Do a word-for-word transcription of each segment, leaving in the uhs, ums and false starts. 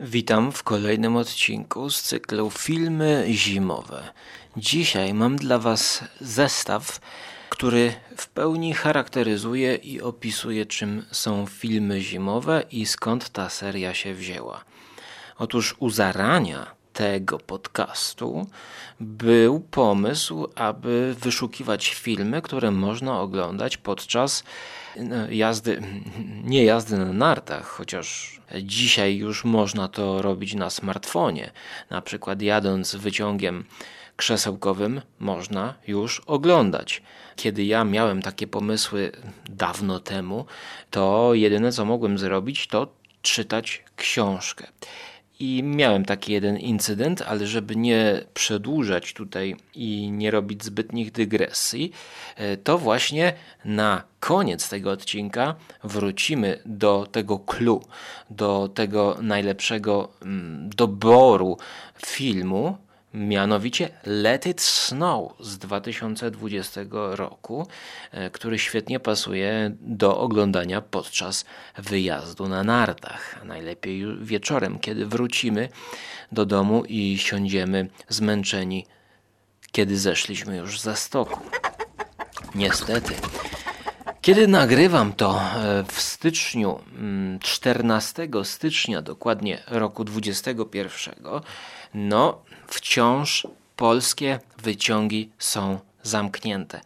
Witam w kolejnym odcinku z cyklu Filmy Zimowe. Dzisiaj mam dla Was zestaw, który w pełni charakteryzuje i opisuje, czym są filmy zimowe i skąd ta seria się wzięła. Otóż u zarania tego podcastu był pomysł, aby wyszukiwać filmy, które można oglądać podczas jazdy, nie jazdy na nartach, chociaż dzisiaj już można to robić na smartfonie. Na przykład jadąc wyciągiem krzesełkowym można już oglądać. Kiedy ja miałem takie pomysły dawno temu, to jedyne co mogłem zrobić, to czytać książkę. I miałem taki jeden incydent, ale żeby nie przedłużać tutaj i nie robić zbytnich dygresji, to właśnie na koniec tego odcinka wrócimy do tego clue, do tego najlepszego doboru filmu, mianowicie Let It Snow z dwa tysiące dwudziestego roku, który świetnie pasuje do oglądania podczas wyjazdu na nartach. A najlepiej wieczorem, kiedy wrócimy do domu i siądziemy zmęczeni, kiedy zeszliśmy już ze stoku. Niestety. Kiedy nagrywam to w styczniu, czternastego stycznia dokładnie roku dwudziestego pierwszego, no wciąż polskie wyciągi są zamknięte.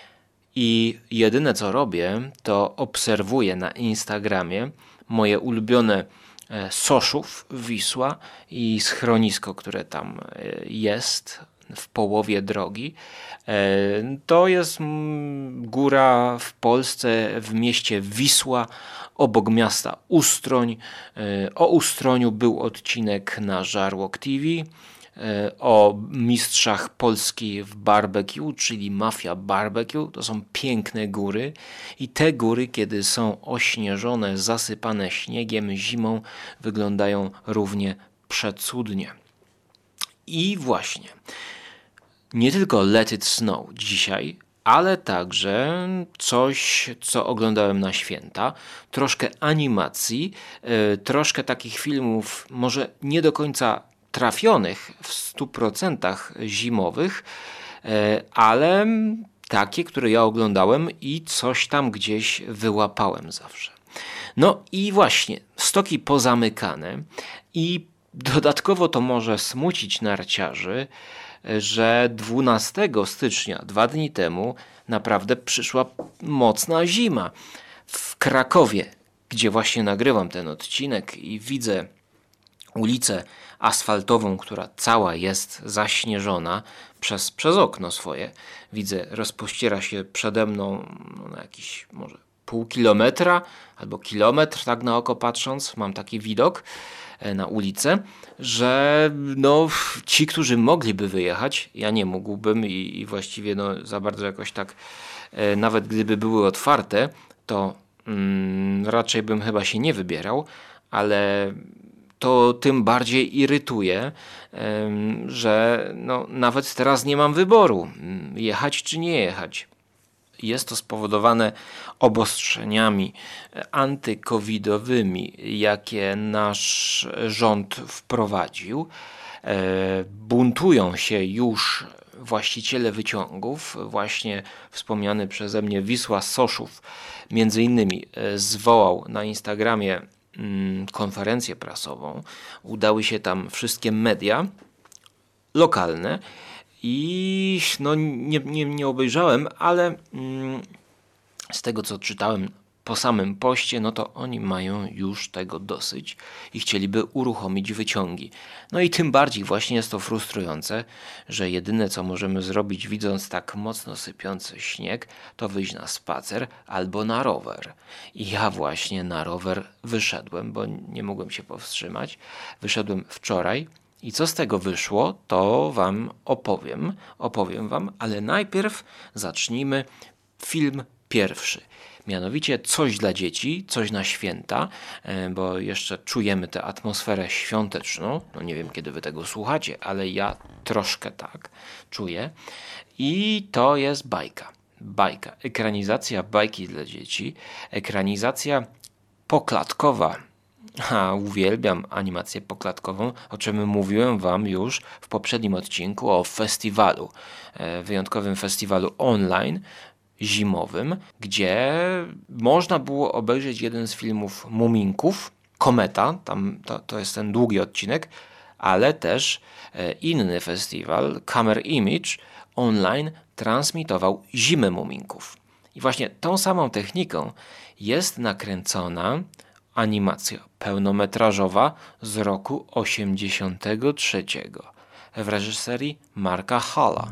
I jedyne co robię, to obserwuję na Instagramie moje ulubione Soszów, Wisła i schronisko, które tam jest w połowie drogi. To jest góra w Polsce, w mieście Wisła, obok miasta Ustroń. O Ustroniu był odcinek na Żarłok T V, o mistrzach Polski w barbecue, czyli Mafia Barbecue. To są piękne góry i te góry, kiedy są ośnieżone, zasypane śniegiem zimą, wyglądają równie przecudnie. I właśnie, nie tylko Let It Snow dzisiaj, ale także coś, co oglądałem na święta, troszkę animacji, yy, troszkę takich filmów, może nie do końca trafionych w stu procentach zimowych, yy, ale takie, które ja oglądałem i coś tam gdzieś wyłapałem zawsze. No i właśnie, stoki pozamykane i dodatkowo to może smucić narciarzy, że dwunastego stycznia, dwa dni temu, naprawdę przyszła mocna zima. W Krakowie, gdzie właśnie nagrywam ten odcinek i widzę ulicę asfaltową, która cała jest zaśnieżona przez, przez okno swoje. Widzę, rozpościera się przede mną no, na jakiś może pół kilometra albo kilometr, tak na oko patrząc, mam taki widok na ulicę, że no, ci, którzy mogliby wyjechać, ja nie mógłbym i, i właściwie no, za bardzo jakoś tak, e, nawet gdyby były otwarte, to mm, raczej bym chyba się nie wybierał, ale to tym bardziej irytuje, e, że no, nawet teraz nie mam wyboru, jechać czy nie jechać. Jest to spowodowane obostrzeniami antykowidowymi, jakie nasz rząd wprowadził. Buntują się już właściciele wyciągów. Właśnie wspomniany przeze mnie Wisła Soszów między innymi zwołał na Instagramie konferencję prasową. Udały się tam wszystkie media lokalne. I no, nie, nie, nie obejrzałem, ale mm, z tego co czytałem po samym poście, no to oni mają już tego dosyć i chcieliby uruchomić wyciągi. No i tym bardziej właśnie jest to frustrujące, że jedyne co możemy zrobić, widząc tak mocno sypiący śnieg, to wyjść na spacer albo na rower. I ja właśnie na rower wyszedłem, bo nie mogłem się powstrzymać. Wyszedłem wczoraj. I co z tego wyszło, to wam opowiem, opowiem wam, ale najpierw zacznijmy film pierwszy. Mianowicie coś dla dzieci, coś na święta, bo jeszcze czujemy tę atmosferę świąteczną. No nie wiem, kiedy wy tego słuchacie, ale ja troszkę tak czuję. I to jest bajka. Bajka. Ekranizacja bajki dla dzieci. Ekranizacja poklatkowa A uwielbiam animację poklatkową, o czym mówiłem wam już w poprzednim odcinku o festiwalu, wyjątkowym festiwalu online zimowym, gdzie można było obejrzeć jeden z filmów Muminków, Kometa, tam to, to jest ten długi odcinek, ale też inny festiwal, Camera Image, online transmitował Zimę Muminków. I właśnie tą samą techniką jest nakręcona animacja pełnometrażowa z roku osiemdziesiątego trzeciego w reżyserii Marka Halla.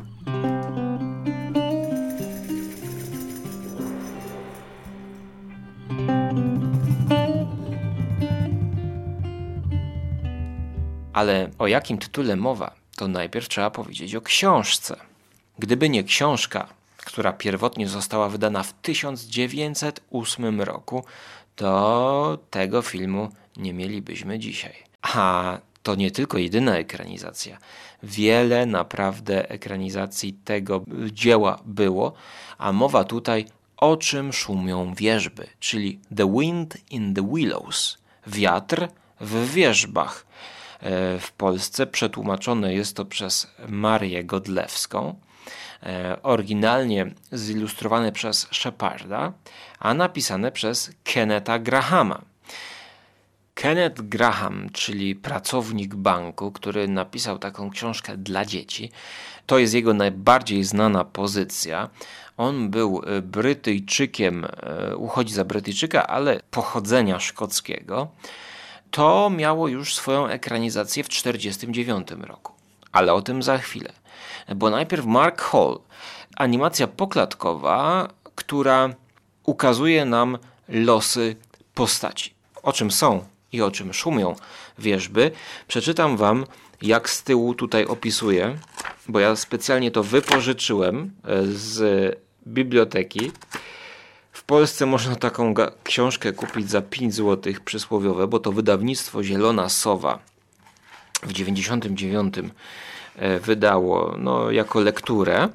Ale o jakim tytule mowa, to najpierw trzeba powiedzieć o książce. Gdyby nie książka, która pierwotnie została wydana w tysiąc dziewięćset ósmym roku, to tego filmu nie mielibyśmy dzisiaj. A to nie tylko jedyna ekranizacja. Wiele naprawdę ekranizacji tego dzieła było, a mowa tutaj O czym szumią wierzby, czyli The Wind in the Willows, wiatr w wierzbach. W Polsce przetłumaczone jest to przez Marię Godlewską, oryginalnie zilustrowane przez Sheparda, a napisane przez Kennetha Grahama. Kenneth Graham, czyli pracownik banku, który napisał taką książkę dla dzieci, to jest jego najbardziej znana pozycja. On był Brytyjczykiem, uchodzi za Brytyjczyka, ale pochodzenia szkockiego. To miało już swoją ekranizację w tysiąc dziewięćset czterdziestym dziewiątym roku. Ale o tym za chwilę. Bo najpierw Mark Hall, animacja poklatkowa, która ukazuje nam losy postaci. O czym są i o czym szumią wierzby. Przeczytam wam, jak z tyłu tutaj opisuję, bo ja specjalnie to wypożyczyłem z biblioteki. W Polsce można taką ga- książkę kupić za pięć złotych przysłowiowe, bo to wydawnictwo Zielona Sowa w dziewięćdziesiątym dziewiątym wydało no, jako lekturę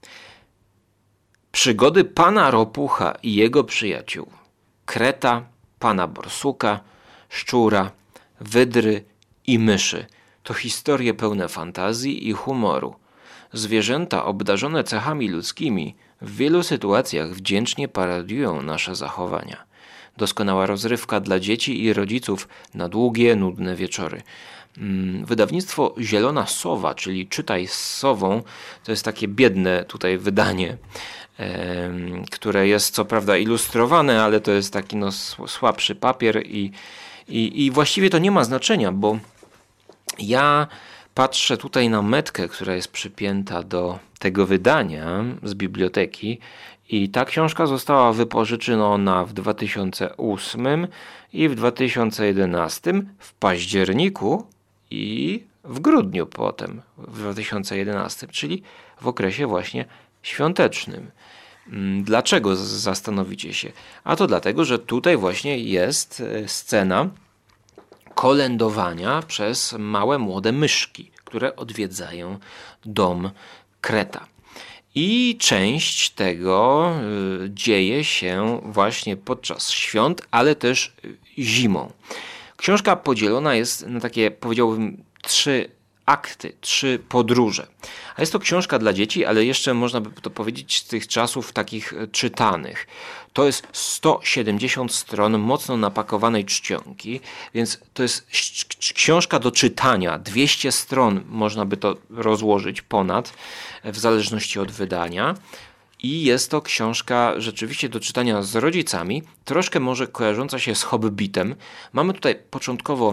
Przygody pana Ropucha i jego przyjaciół. Kreta, pana Borsuka, szczura, wydry i myszy. To historie pełne fantazji i humoru. Zwierzęta obdarzone cechami ludzkimi w wielu sytuacjach wdzięcznie parodiują nasze zachowania. Doskonała rozrywka dla dzieci i rodziców na długie, nudne wieczory. Wydawnictwo Zielona Sowa, czyli Czytaj z Sową, to jest takie biedne tutaj wydanie, które jest co prawda ilustrowane, ale to jest taki no, słabszy papier i, i, i właściwie to nie ma znaczenia, bo ja patrzę tutaj na metkę, która jest przypięta do tego wydania z biblioteki i ta książka została wypożyczona w dwa tysiące ósmym i w dwa tysiące jedenastym, w październiku i w grudniu potem, w dwa tysiące jedenastym, czyli w okresie właśnie świątecznym. Dlaczego, zastanowicie się? A to dlatego, że tutaj właśnie jest scena kolędowania przez małe młode myszki, które odwiedzają dom Kreta. I część tego y, dzieje się właśnie podczas świąt, ale też zimą. Książka podzielona jest na takie, powiedziałbym, trzy akty, trzy podróże. A jest to książka dla dzieci, ale jeszcze można by to powiedzieć z tych czasów takich czytanych. To jest sto siedemdziesiąt stron mocno napakowanej czcionki, więc to jest książka do czytania. dwieście stron można by to rozłożyć ponad, w zależności od wydania. I jest to książka rzeczywiście do czytania z rodzicami, troszkę może kojarząca się z Hobbitem. Mamy tutaj początkowo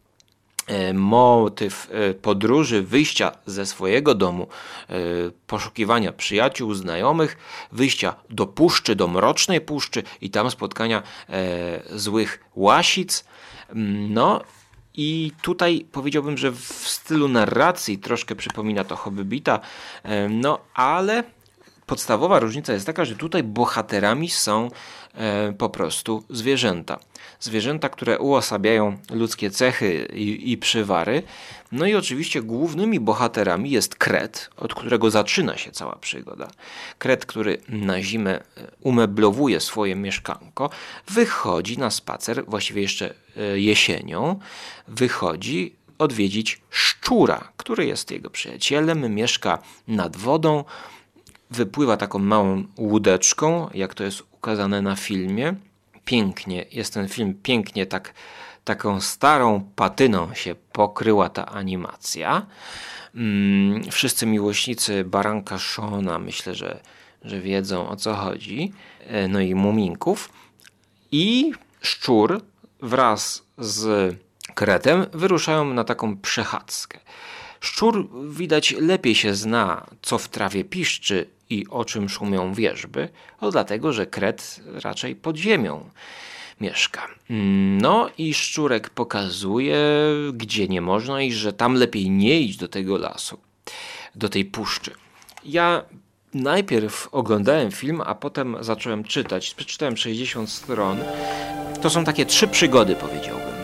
motyw podróży, wyjścia ze swojego domu, poszukiwania przyjaciół, znajomych, wyjścia do puszczy, do mrocznej puszczy i tam spotkania złych łasic. No i tutaj powiedziałbym, że w stylu narracji troszkę przypomina to Hobbita, no ale podstawowa różnica jest taka, że tutaj bohaterami są e, po prostu zwierzęta. Zwierzęta, które uosabiają ludzkie cechy i, i przywary. No i oczywiście głównymi bohaterami jest kret, od którego zaczyna się cała przygoda. Kret, który na zimę umeblowuje swoje mieszkanko, wychodzi na spacer, właściwie jeszcze jesienią, wychodzi odwiedzić szczura, który jest jego przyjacielem, mieszka nad wodą, wypływa taką małą łódeczką, jak to jest ukazane na filmie. Pięknie, jest ten film pięknie, tak, taką starą patyną się pokryła ta animacja. Hmm, wszyscy miłośnicy baranka Shona myślę, że, że wiedzą, o co chodzi. No i muminków. I szczur wraz z kretem wyruszają na taką przechadzkę. Szczur widać lepiej się zna, co w trawie piszczy i o czym szumią wierzby, o dlatego, że kret raczej pod ziemią mieszka. No i szczurek pokazuje, gdzie nie można i że tam lepiej nie iść do tego lasu, do tej puszczy. Ja najpierw oglądałem film, a potem zacząłem czytać. Przeczytałem sześćdziesiąt stron. To są takie trzy przygody, powiedziałbym.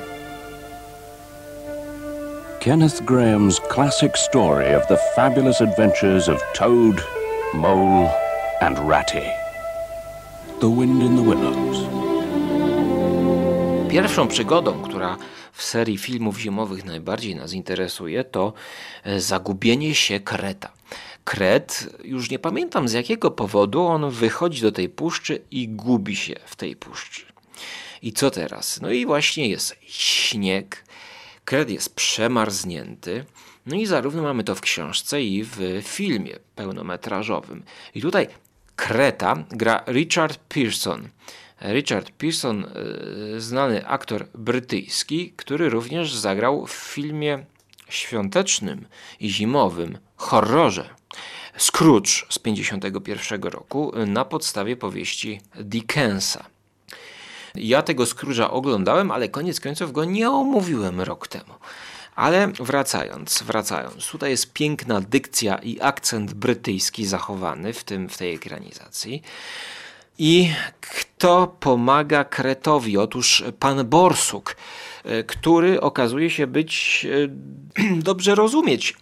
Kenneth Grahame's classic story of the fabulous adventures of Toad, Mole and Ratty. The Wind in the Willows. Pierwszą przygodą, która w serii filmów zimowych najbardziej nas interesuje, to zagubienie się kreta. Kret, już nie pamiętam z jakiego powodu, on wychodzi do tej puszczy i gubi się w tej puszczy. I co teraz? No i właśnie jest śnieg, kret jest przemarznięty, no i zarówno mamy to w książce i w filmie pełnometrażowym. I tutaj kreta gra Richard Pearson. Richard Pearson, znany aktor brytyjski, który również zagrał w filmie świątecznym i zimowym horrorze Scrooge z pięćdziesiątego pierwszego roku na podstawie powieści Dickensa. Ja tego Scrooge'a oglądałem, ale koniec końców go nie omówiłem rok temu. Ale wracając, wracając, tutaj jest piękna dykcja i akcent brytyjski zachowany w tym, w tej ekranizacji. I kto pomaga kretowi? Otóż pan Borsuk, który okazuje się być dobrze rozumieć.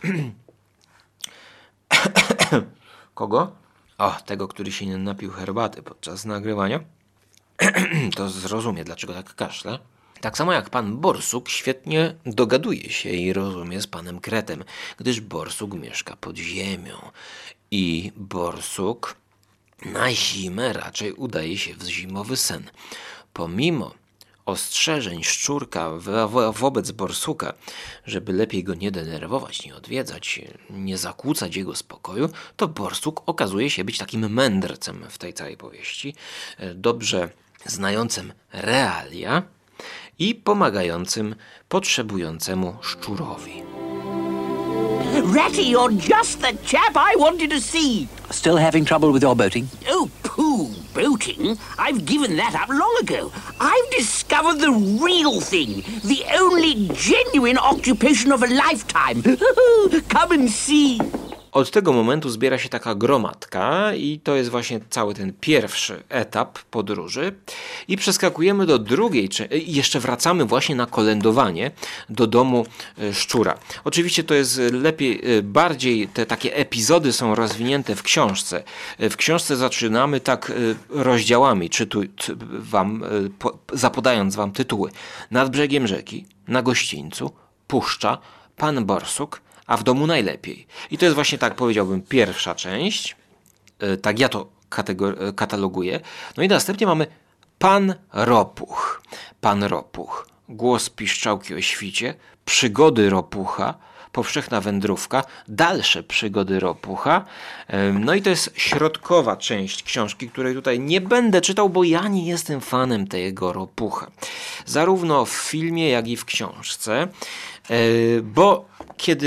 Kogo? O, tego, który się nie napił herbaty podczas nagrywania. To zrozumie, dlaczego tak kaszle. Tak samo jak pan Borsuk świetnie dogaduje się i rozumie z panem Kretem, gdyż Borsuk mieszka pod ziemią. I Borsuk na zimę raczej udaje się w zimowy sen. Pomimo ostrzeżeń szczurka wo- wobec Borsuka, żeby lepiej go nie denerwować, nie odwiedzać, nie zakłócać jego spokoju, to Borsuk okazuje się być takim mędrcem w tej całej powieści, dobrze znającym realia i pomagającym potrzebującemu szczurowi. Ratty, you're just the chap I wanted to see. Still having trouble with your boating? Oh, pooh, boating? I've given that up long ago. I've discovered the real thing, the only genuine occupation of a lifetime. Come and see. Od tego momentu zbiera się taka gromadka i to jest właśnie cały ten pierwszy etap podróży i przeskakujemy do drugiej, i jeszcze wracamy właśnie na kolędowanie do domu szczura. Oczywiście to jest lepiej, bardziej te takie epizody są rozwinięte w książce. W książce zaczynamy tak rozdziałami, czytu, wam, zapodając wam tytuły. Nad brzegiem rzeki, na gościńcu, puszcza, pan Borsuk, a w domu najlepiej. I to jest właśnie tak, powiedziałbym, pierwsza część. Tak ja to kategor- kataloguję. No i następnie mamy pan Ropuch. Pan Ropuch. Głos piszczałki o świcie, przygody Ropucha, powszechna wędrówka, dalsze przygody Ropucha. No i to jest środkowa część książki, której tutaj nie będę czytał, bo ja nie jestem fanem tego Ropucha. Zarówno w filmie, jak i w książce. Bo kiedy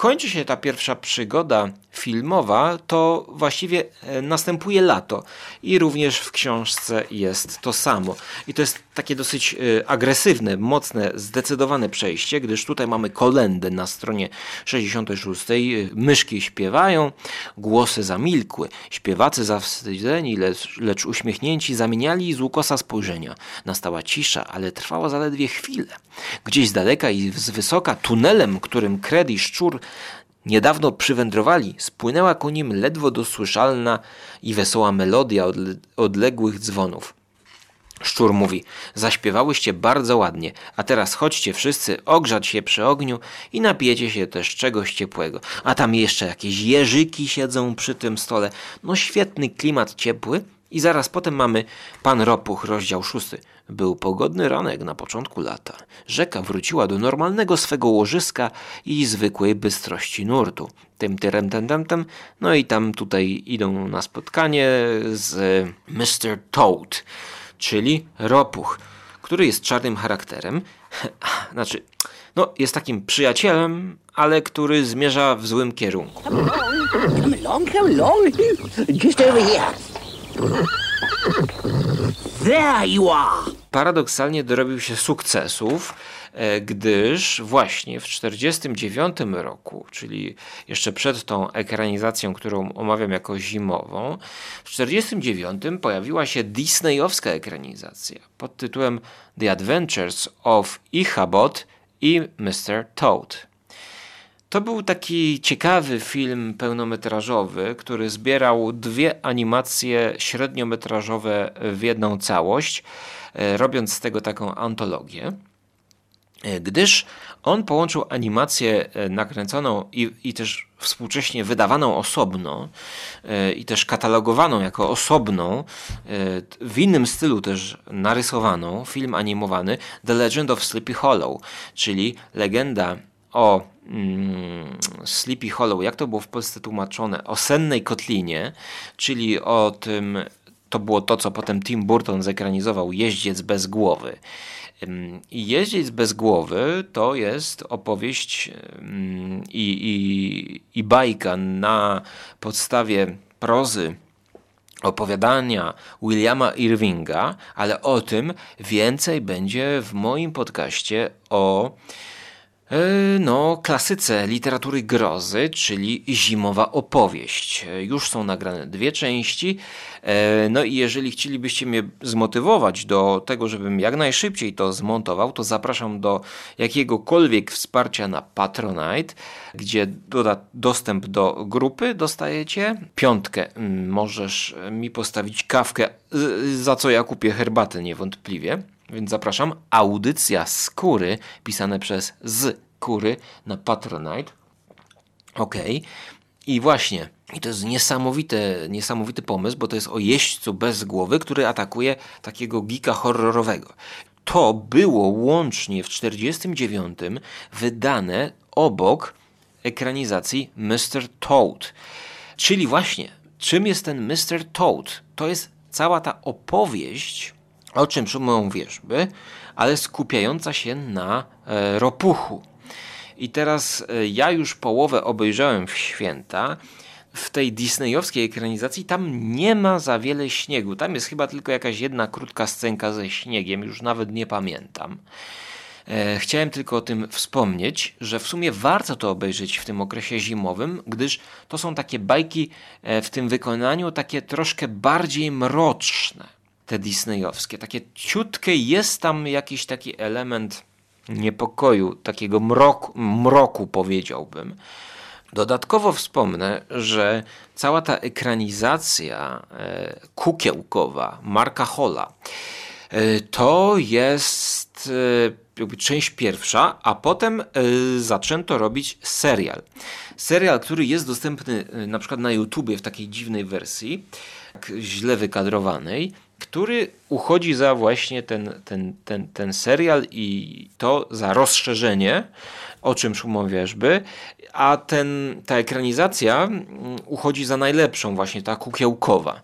kończy się ta pierwsza przygoda filmowa, to właściwie następuje lato i również w książce jest to samo. I to jest takie dosyć agresywne, mocne, zdecydowane przejście, gdyż tutaj mamy kolędę na stronie sześćdziesiątej szóstej. Myszki śpiewają, głosy zamilkły. Śpiewacy zawstydzeni, lecz, lecz uśmiechnięci zamieniali z łukosa spojrzenia. Nastała cisza, ale trwała zaledwie chwilę. Gdzieś z daleka i z wysoka tunelem, którym kred i szczur niedawno przywędrowali, spłynęła ku nim ledwo dosłyszalna i wesoła melodia odle- odległych dzwonów. Szczur mówi: zaśpiewałyście bardzo ładnie, a teraz chodźcie wszyscy ogrzać się przy ogniu i napijecie się też czegoś ciepłego. A tam jeszcze jakieś jeżyki siedzą przy tym stole. No świetny klimat ciepły. I zaraz potem mamy Pan Ropuch, rozdział szósty. Był pogodny ranek na początku lata. Rzeka wróciła do normalnego swego łożyska i zwykłej bystrości nurtu. Tym, tyrem, tem, tem, tem. No i tam tutaj idą na spotkanie z mister Toad, czyli Ropuch, który jest czarnym charakterem. Znaczy, no jest takim przyjacielem, ale który zmierza w złym kierunku. Come along, come along. Just over here. There you are. Paradoksalnie dorobił się sukcesów, gdyż właśnie w tysiąc dziewięćset czterdziestym dziewiątym roku, czyli jeszcze przed tą ekranizacją, którą omawiam jako zimową, w tysiąc dziewięćset czterdziestym dziewiątym pojawiła się disneyowska ekranizacja pod tytułem The Adventures of Ichabod i mister Toad. To był taki ciekawy film pełnometrażowy, który zbierał dwie animacje średniometrażowe w jedną całość, robiąc z tego taką antologię, gdyż on połączył animację nakręconą i, i też współcześnie wydawaną osobno i też katalogowaną jako osobną, w innym stylu też narysowaną, film animowany The Legend of Sleepy Hollow, czyli legenda o mm, Sleepy Hollow, jak to było w Polsce tłumaczone, o sennej kotlinie, czyli o tym, to było to, co potem Tim Burton zekranizował, Jeździec bez głowy. I Jeździec bez głowy to jest opowieść i, i, i bajka na podstawie prozy opowiadania Williama Irvinga, ale o tym więcej będzie w moim podcaście o no, klasyce literatury grozy, czyli Zimowa opowieść. Już są nagrane dwie części. No i jeżeli chcielibyście mnie zmotywować do tego, żebym jak najszybciej to zmontował, to zapraszam do jakiegokolwiek wsparcia na Patronite, gdzie doda- dostęp do grupy dostajecie. Piątkę możesz mi postawić kawkę, za co ja kupię herbatę niewątpliwie. Więc zapraszam. Audycja Skóry, pisane przez z Kury na Patronite. Okej. Okay. I właśnie, i to jest niesamowity, niesamowity pomysł, bo to jest o jeźdźcu bez głowy, który atakuje takiego geeka horrorowego. To było łącznie w czterdziestym dziewiątym wydane obok ekranizacji mister Toad. Czyli właśnie, czym jest ten mister Toad? To jest cała ta opowieść, o czym szumą wierzby, ale skupiająca się na e, ropuchu. I teraz e, ja już połowę obejrzałem w święta. W tej disneyowskiej ekranizacji tam nie ma za wiele śniegu. Tam jest chyba tylko jakaś jedna krótka scenka ze śniegiem, już nawet nie pamiętam. E, chciałem tylko o tym wspomnieć, że w sumie warto to obejrzeć w tym okresie zimowym, gdyż to są takie bajki e, w tym wykonaniu takie troszkę bardziej mroczne. Te disneyowskie, takie ciutkie, jest tam jakiś taki element niepokoju, takiego mroku, mroku powiedziałbym. Dodatkowo wspomnę, że cała ta ekranizacja e, kukiełkowa Marka Holla e, to jest e, jakby część pierwsza, a potem e, zaczęto robić serial. Serial, który jest dostępny e, na przykład na YouTubie w takiej dziwnej wersji, tak źle wykadrowanej, który uchodzi za właśnie ten, ten, ten, ten serial i to za rozszerzenie, o czym szumą wierzby, a ten, ta ekranizacja uchodzi za najlepszą, właśnie ta kukiełkowa.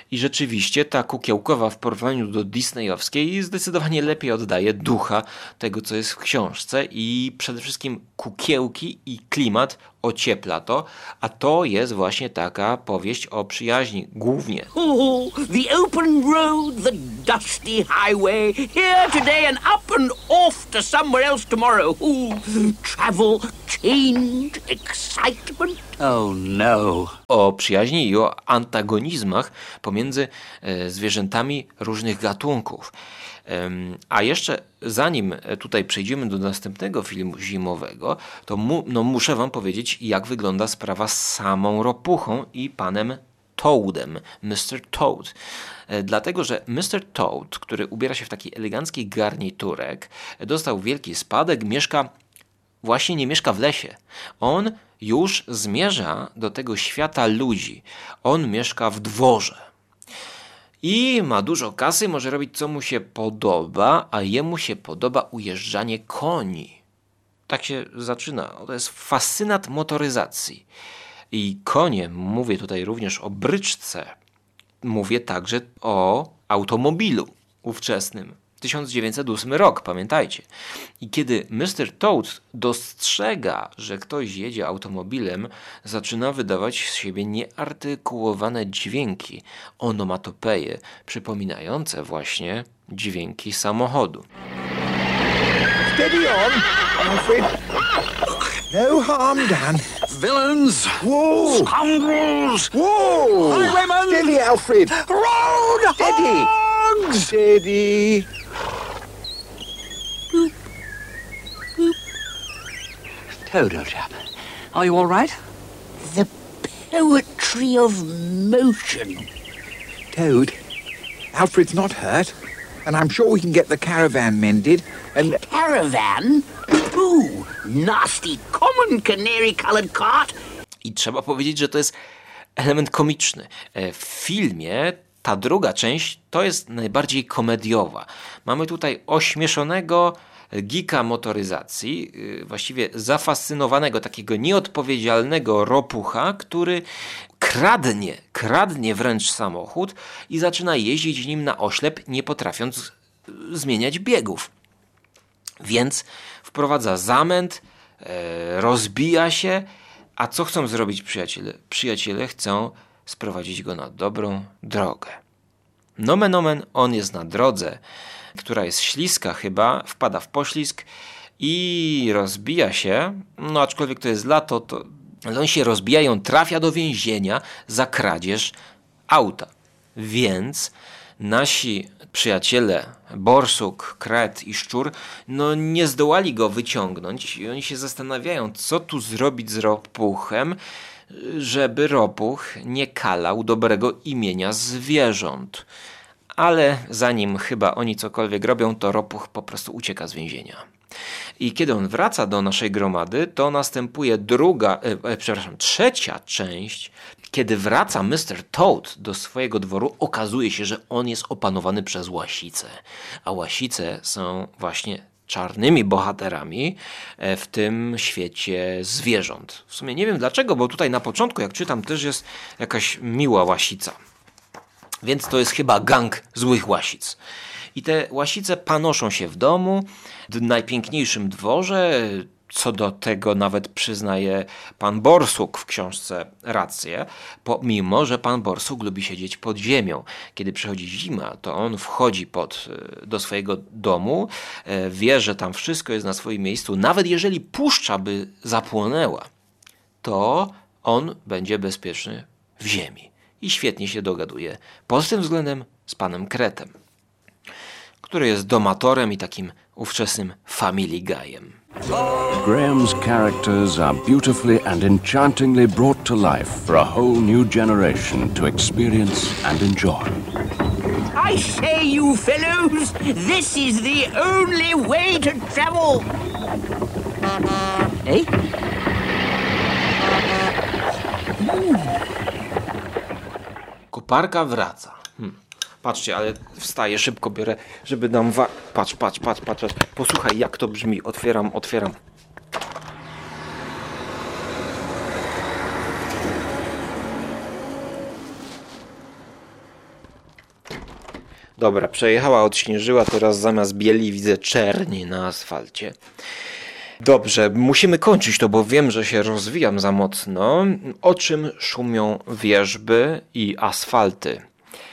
I rzeczywiście ta kukiełkowa w porównaniu do disneyowskiej zdecydowanie lepiej oddaje ducha tego, co jest w książce i przede wszystkim kukiełki i klimat ociepla to, a to jest właśnie taka powieść o przyjaźni głównie. Oh, the open road, the dusty highway, here today and up and off to somewhere else tomorrow. Ooh, travel, change, excitement. Oh no. O przyjaźni i o antagonizmach pomiędzy e, zwierzętami różnych gatunków. Ym, a jeszcze zanim tutaj przejdziemy do następnego filmu zimowego, to mu, no muszę wam powiedzieć, jak wygląda sprawa z samą ropuchą i panem Toadem, mister Toad. E, dlatego, że mister Toad, który ubiera się w taki elegancki garniturek, dostał wielki spadek, mieszka, właśnie nie mieszka w lesie. On już zmierza do tego świata ludzi. On mieszka w dworze. I ma dużo kasy, może robić co mu się podoba, a jemu się podoba ujeżdżanie koni. Tak się zaczyna. To jest fascynat motoryzacji. I konie, mówię tutaj również o bryczce, mówię także o automobilu ówczesnym. tysiąc dziewięćset ósmy rok, pamiętajcie. I kiedy mister Toad dostrzega, że ktoś jedzie automobilem, zaczyna wydawać z siebie nieartykułowane dźwięki, onomatopeje, przypominające właśnie dźwięki samochodu. Steady on, Alfred. No harm done. Villains! Whoa! Scoundrels! Whoa! Highwaymen! Steady, Alfred. Road Steady. hogs! Steady. Toad, old chap, are you all right? The poetry of motion. Toad, Alfred's not hurt, and I'm sure we can get the caravan mended, and... Caravan? Ooh, nasty, common canary-coloured cart. I trzeba powiedzieć, że to jest element komiczny. W filmie ta druga część to jest najbardziej komediowa. Mamy tutaj ośmieszonego geeka motoryzacji, właściwie zafascynowanego, takiego nieodpowiedzialnego ropucha, który kradnie, kradnie wręcz samochód i zaczyna jeździć nim na oślep, nie potrafiąc zmieniać biegów. Więc wprowadza zamęt, e, rozbija się, a co chcą zrobić przyjaciele? Przyjaciele chcą sprowadzić go na dobrą drogę. Nomen omen, on jest na drodze, która jest śliska chyba, wpada w poślizg i rozbija się, no aczkolwiek to jest lato, to ale on się rozbija i on trafia do więzienia za kradzież auta. Więc nasi przyjaciele Borsuk, Kret i Szczur no nie zdołali go wyciągnąć i oni się zastanawiają, co tu zrobić z ropuchem, żeby ropuch nie kalał dobrego imienia zwierząt. Ale zanim chyba oni cokolwiek robią, to ropuch po prostu ucieka z więzienia. I kiedy on wraca do naszej gromady, to następuje druga, e, przepraszam, trzecia część. Kiedy wraca mister Toad do swojego dworu, okazuje się, że on jest opanowany przez łasice. A łasice są właśnie czarnymi bohaterami w tym świecie zwierząt. W sumie nie wiem dlaczego, bo tutaj na początku, jak czytam, też jest jakaś miła łasica. Więc to jest chyba gang złych łasic. I te łasice panoszą się w domu, w najpiękniejszym dworze. Co do tego nawet przyznaje pan Borsuk w książce rację, pomimo że pan Borsuk lubi siedzieć pod ziemią. Kiedy przychodzi zima, to on wchodzi pod, do swojego domu, wie, że tam wszystko jest na swoim miejscu. Nawet jeżeli puszcza by zapłonęła, to on będzie bezpieczny w ziemi. I świetnie się dogaduje pod tym względem z panem Kretem, który jest domatorem i takim ówczesnym family guyem. Graham's characters are beautifully and enchantingly brought to life for a whole new generation to experience and enjoy. I say, you fellows, this is the only way to travel. Eh? Koparka wraca. Hmm. Patrzcie, ale wstaję, szybko biorę, żeby nam wa... Patrz, patrz, patrz, patrz. Posłuchaj, jak to brzmi. Otwieram, otwieram. Dobra, przejechała, odśnieżyła, teraz zamiast bieli widzę czerni na asfalcie. Dobrze, musimy kończyć to, bo wiem, że się rozwijam za mocno. O czym szumią wierzby i asfalty?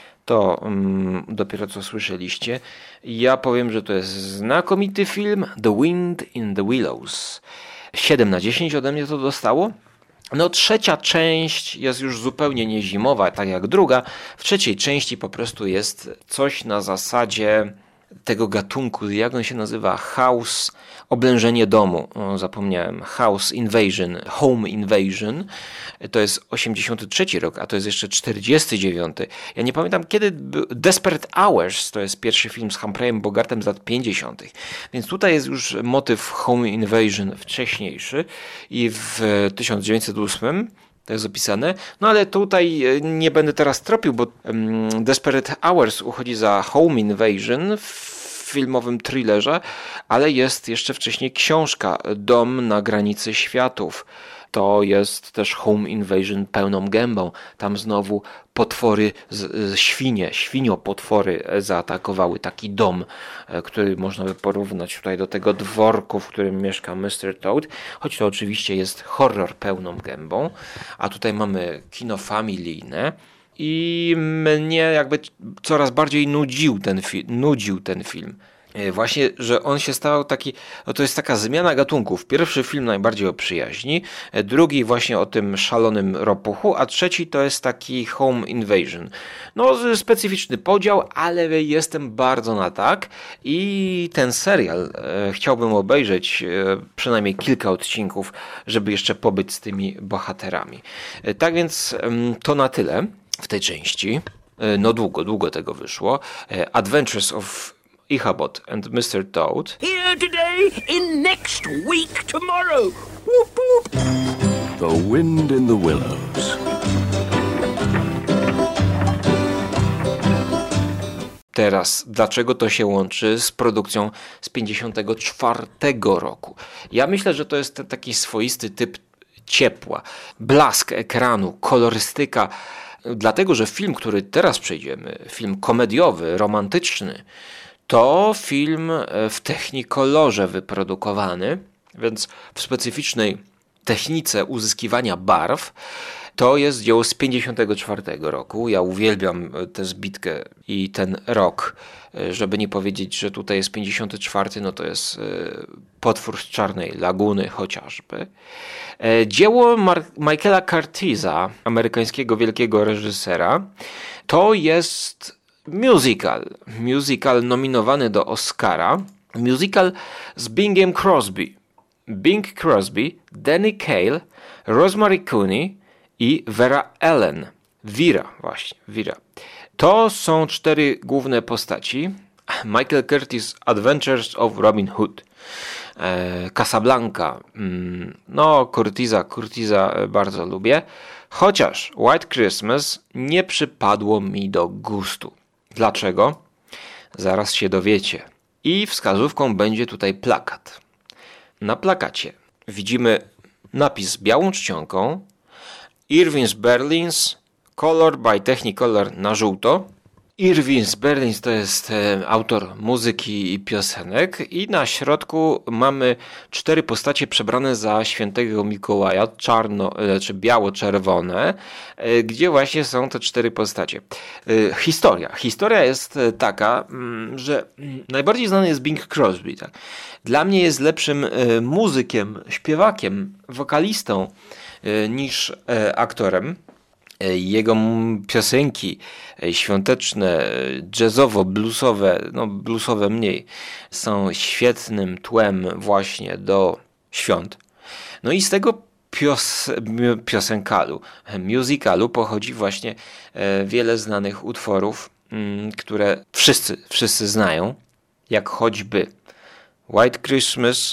To um, dopiero co słyszeliście. Ja powiem, że to jest znakomity film The Wind in the Willows. siedem na dziesięć ode mnie to dostało. No trzecia część jest już zupełnie niezimowa, tak jak druga. W trzeciej części po prostu jest coś na zasadzie tego gatunku, jak on się nazywa? House, oblężenie domu. O, zapomniałem. House Invasion, Home Invasion. To jest osiemdziesiąty trzeci rok, a to jest jeszcze czterdziesty dziewiąty. Ja nie pamiętam kiedy był. Desperate Hours to jest pierwszy film z Humphreyem Bogartem z lat pięćdziesiątych. Więc tutaj jest już motyw Home Invasion wcześniejszy i w tysiąc dziewięćset ósmym to jest opisane. No ale tutaj nie będę teraz tropił, bo um, Desperate Hours uchodzi za Home Invasion w filmowym thrillerze, ale jest jeszcze wcześniej książka Dom na granicy światów. To jest też Home Invasion pełną gębą. Tam znowu potwory, z, z świnie, świniopotwory zaatakowały taki dom, który można by porównać tutaj do tego dworku, w którym mieszka mister Toad. Choć to oczywiście jest horror pełną gębą. A tutaj mamy kino familijne. I mnie jakby coraz bardziej nudził ten, fi- nudził ten film. Właśnie, że on się stał taki, no to jest taka zmiana gatunków. Pierwszy film najbardziej o przyjaźni, drugi właśnie o tym szalonym ropuchu, a trzeci to jest taki Home Invasion. No specyficzny podział, ale jestem bardzo na tak i ten serial e, chciałbym obejrzeć e, przynajmniej kilka odcinków, żeby jeszcze pobyć z tymi bohaterami. E, tak więc e, to na tyle w tej części. E, no długo, długo tego wyszło. E, Adventures of Ichabod and mister Toad. Here today, in next week tomorrow. Whoop, whoop. The Wind in the Willows. Teraz, dlaczego to się łączy z produkcją z pięćdziesiątego czwartego roku? Ja myślę, że to jest ten taki swoisty typ ciepła, blask ekranu, kolorystyka. Dlatego, że film, który teraz przejdziemy, film komediowy, romantyczny, to film w technikolorze wyprodukowany, więc w specyficznej technice uzyskiwania barw. To jest dzieło z pięćdziesiątego czwartego roku. Ja uwielbiam tę zbitkę i ten rok, żeby nie powiedzieć, że tutaj jest pięćdziesiąty czwarty, no to jest Potwór z Czarnej Laguny chociażby. Dzieło Mar- Michaela Curtisa, amerykańskiego wielkiego reżysera, to jest musical. Musical nominowany do Oscara. Musical z Bingiem Crosby. Bing Crosby, Danny Kaye, Rosemary Clooney i Vera Ellen. Vera, właśnie, Vera. To są cztery główne postaci. Michael Curtis, Adventures of Robin Hood. E, Casablanca. Mm, no, Curtisa, Curtisa bardzo lubię. Chociaż White Christmas nie przypadło mi do gustu. Dlaczego? Zaraz się dowiecie. I wskazówką będzie tutaj plakat. Na plakacie widzimy napis białą czcionką Irving's Berlins Color by Technicolor na żółto. Irving Berlins to jest e, autor muzyki i piosenek i na środku mamy cztery postacie przebrane za świętego Mikołaja, czarno, e, czy biało-czerwone, e, gdzie właśnie są te cztery postacie. E, historia. Historia jest taka, m, że najbardziej znany jest Bing Crosby. Tak? Dla mnie jest lepszym e, muzykiem, śpiewakiem, wokalistą e, niż e, aktorem. Jego piosenki świąteczne, jazzowo-bluesowe, no bluesowe mniej, są świetnym tłem właśnie do świąt. No i z tego pios, piosenkalu, musicalu pochodzi właśnie wiele znanych utworów, które wszyscy, wszyscy znają, jak choćby White Christmas,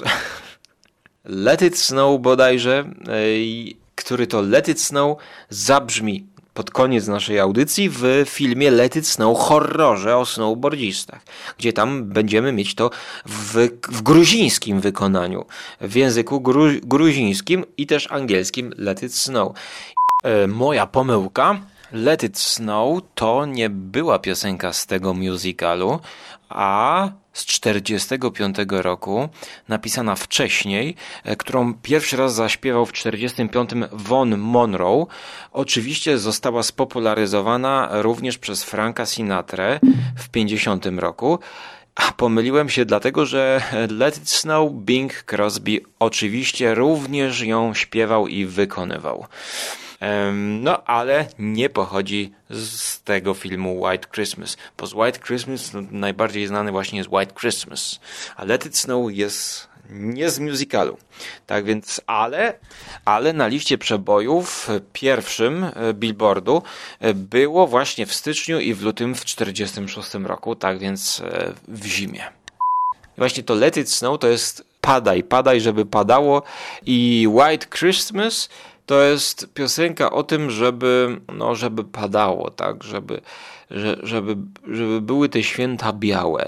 Let It Snow bodajże, który to Let It Snow zabrzmi pod koniec naszej audycji w filmie Let It Snow, horrorze o snowboardzistach, gdzie tam będziemy mieć to w, w gruzińskim wykonaniu, w języku gru, gruzińskim i też angielskim Let It Snow. E, moja pomyłka, Let It Snow to nie była piosenka z tego musicalu, a z czterdziestego piątego roku, napisana wcześniej, którą pierwszy raz zaśpiewał w czterdziestym piątym Von Monroe. Oczywiście została spopularyzowana również przez Franka Sinatrę w pięćdziesiątym roku. A pomyliłem się dlatego, że Let It Snow Bing Crosby oczywiście również ją śpiewał i wykonywał. No, ale nie pochodzi z tego filmu White Christmas, bo z White Christmas no, najbardziej znany właśnie jest White Christmas, a Let It Snow jest nie z musicalu. Tak więc, ale, ale na liście przebojów pierwszym Billboardu było właśnie w styczniu i w lutym w czterdziestym szóstym roku, tak więc w zimie. I właśnie to Let It Snow to jest padaj, padaj, żeby padało, i White Christmas to jest piosenka o tym, żeby, no, żeby padało, tak, żeby, że, żeby, żeby były te święta białe,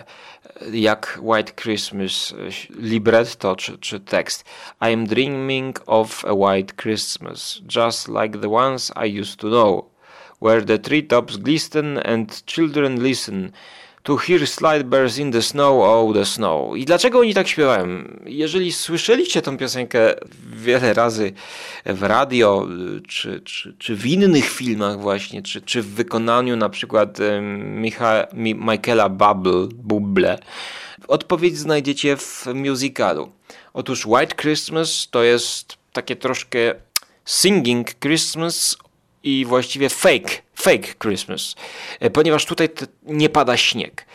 jak White Christmas, libretto czy, czy tekst. I am dreaming of a white Christmas, just like the ones I used to know, where the treetops glisten and children listen to hear slide bears in the snow, oh the snow. I dlaczego oni tak śpiewają? Jeżeli słyszeliście tą piosenkę wiele razy w radio, czy, czy, czy w innych filmach właśnie, czy, czy w wykonaniu na przykład Micha, Michaela Bublé, Bublé, odpowiedź znajdziecie w musicalu. Otóż White Christmas to jest takie troszkę singing Christmas i właściwie fake, fake Christmas, ponieważ tutaj nie pada śnieg.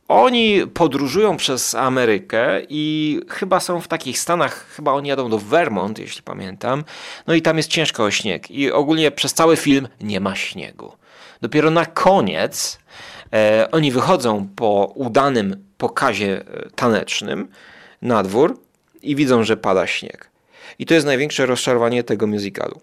Oni podróżują przez Amerykę i chyba są w takich stanach, chyba oni jadą do Vermont, jeśli pamiętam, no i tam jest ciężko o śnieg i ogólnie przez cały film nie ma śniegu. Dopiero na koniec e, oni wychodzą po udanym pokazie tanecznym na dwór i widzą, że pada śnieg. I to jest największe rozczarowanie tego musicalu.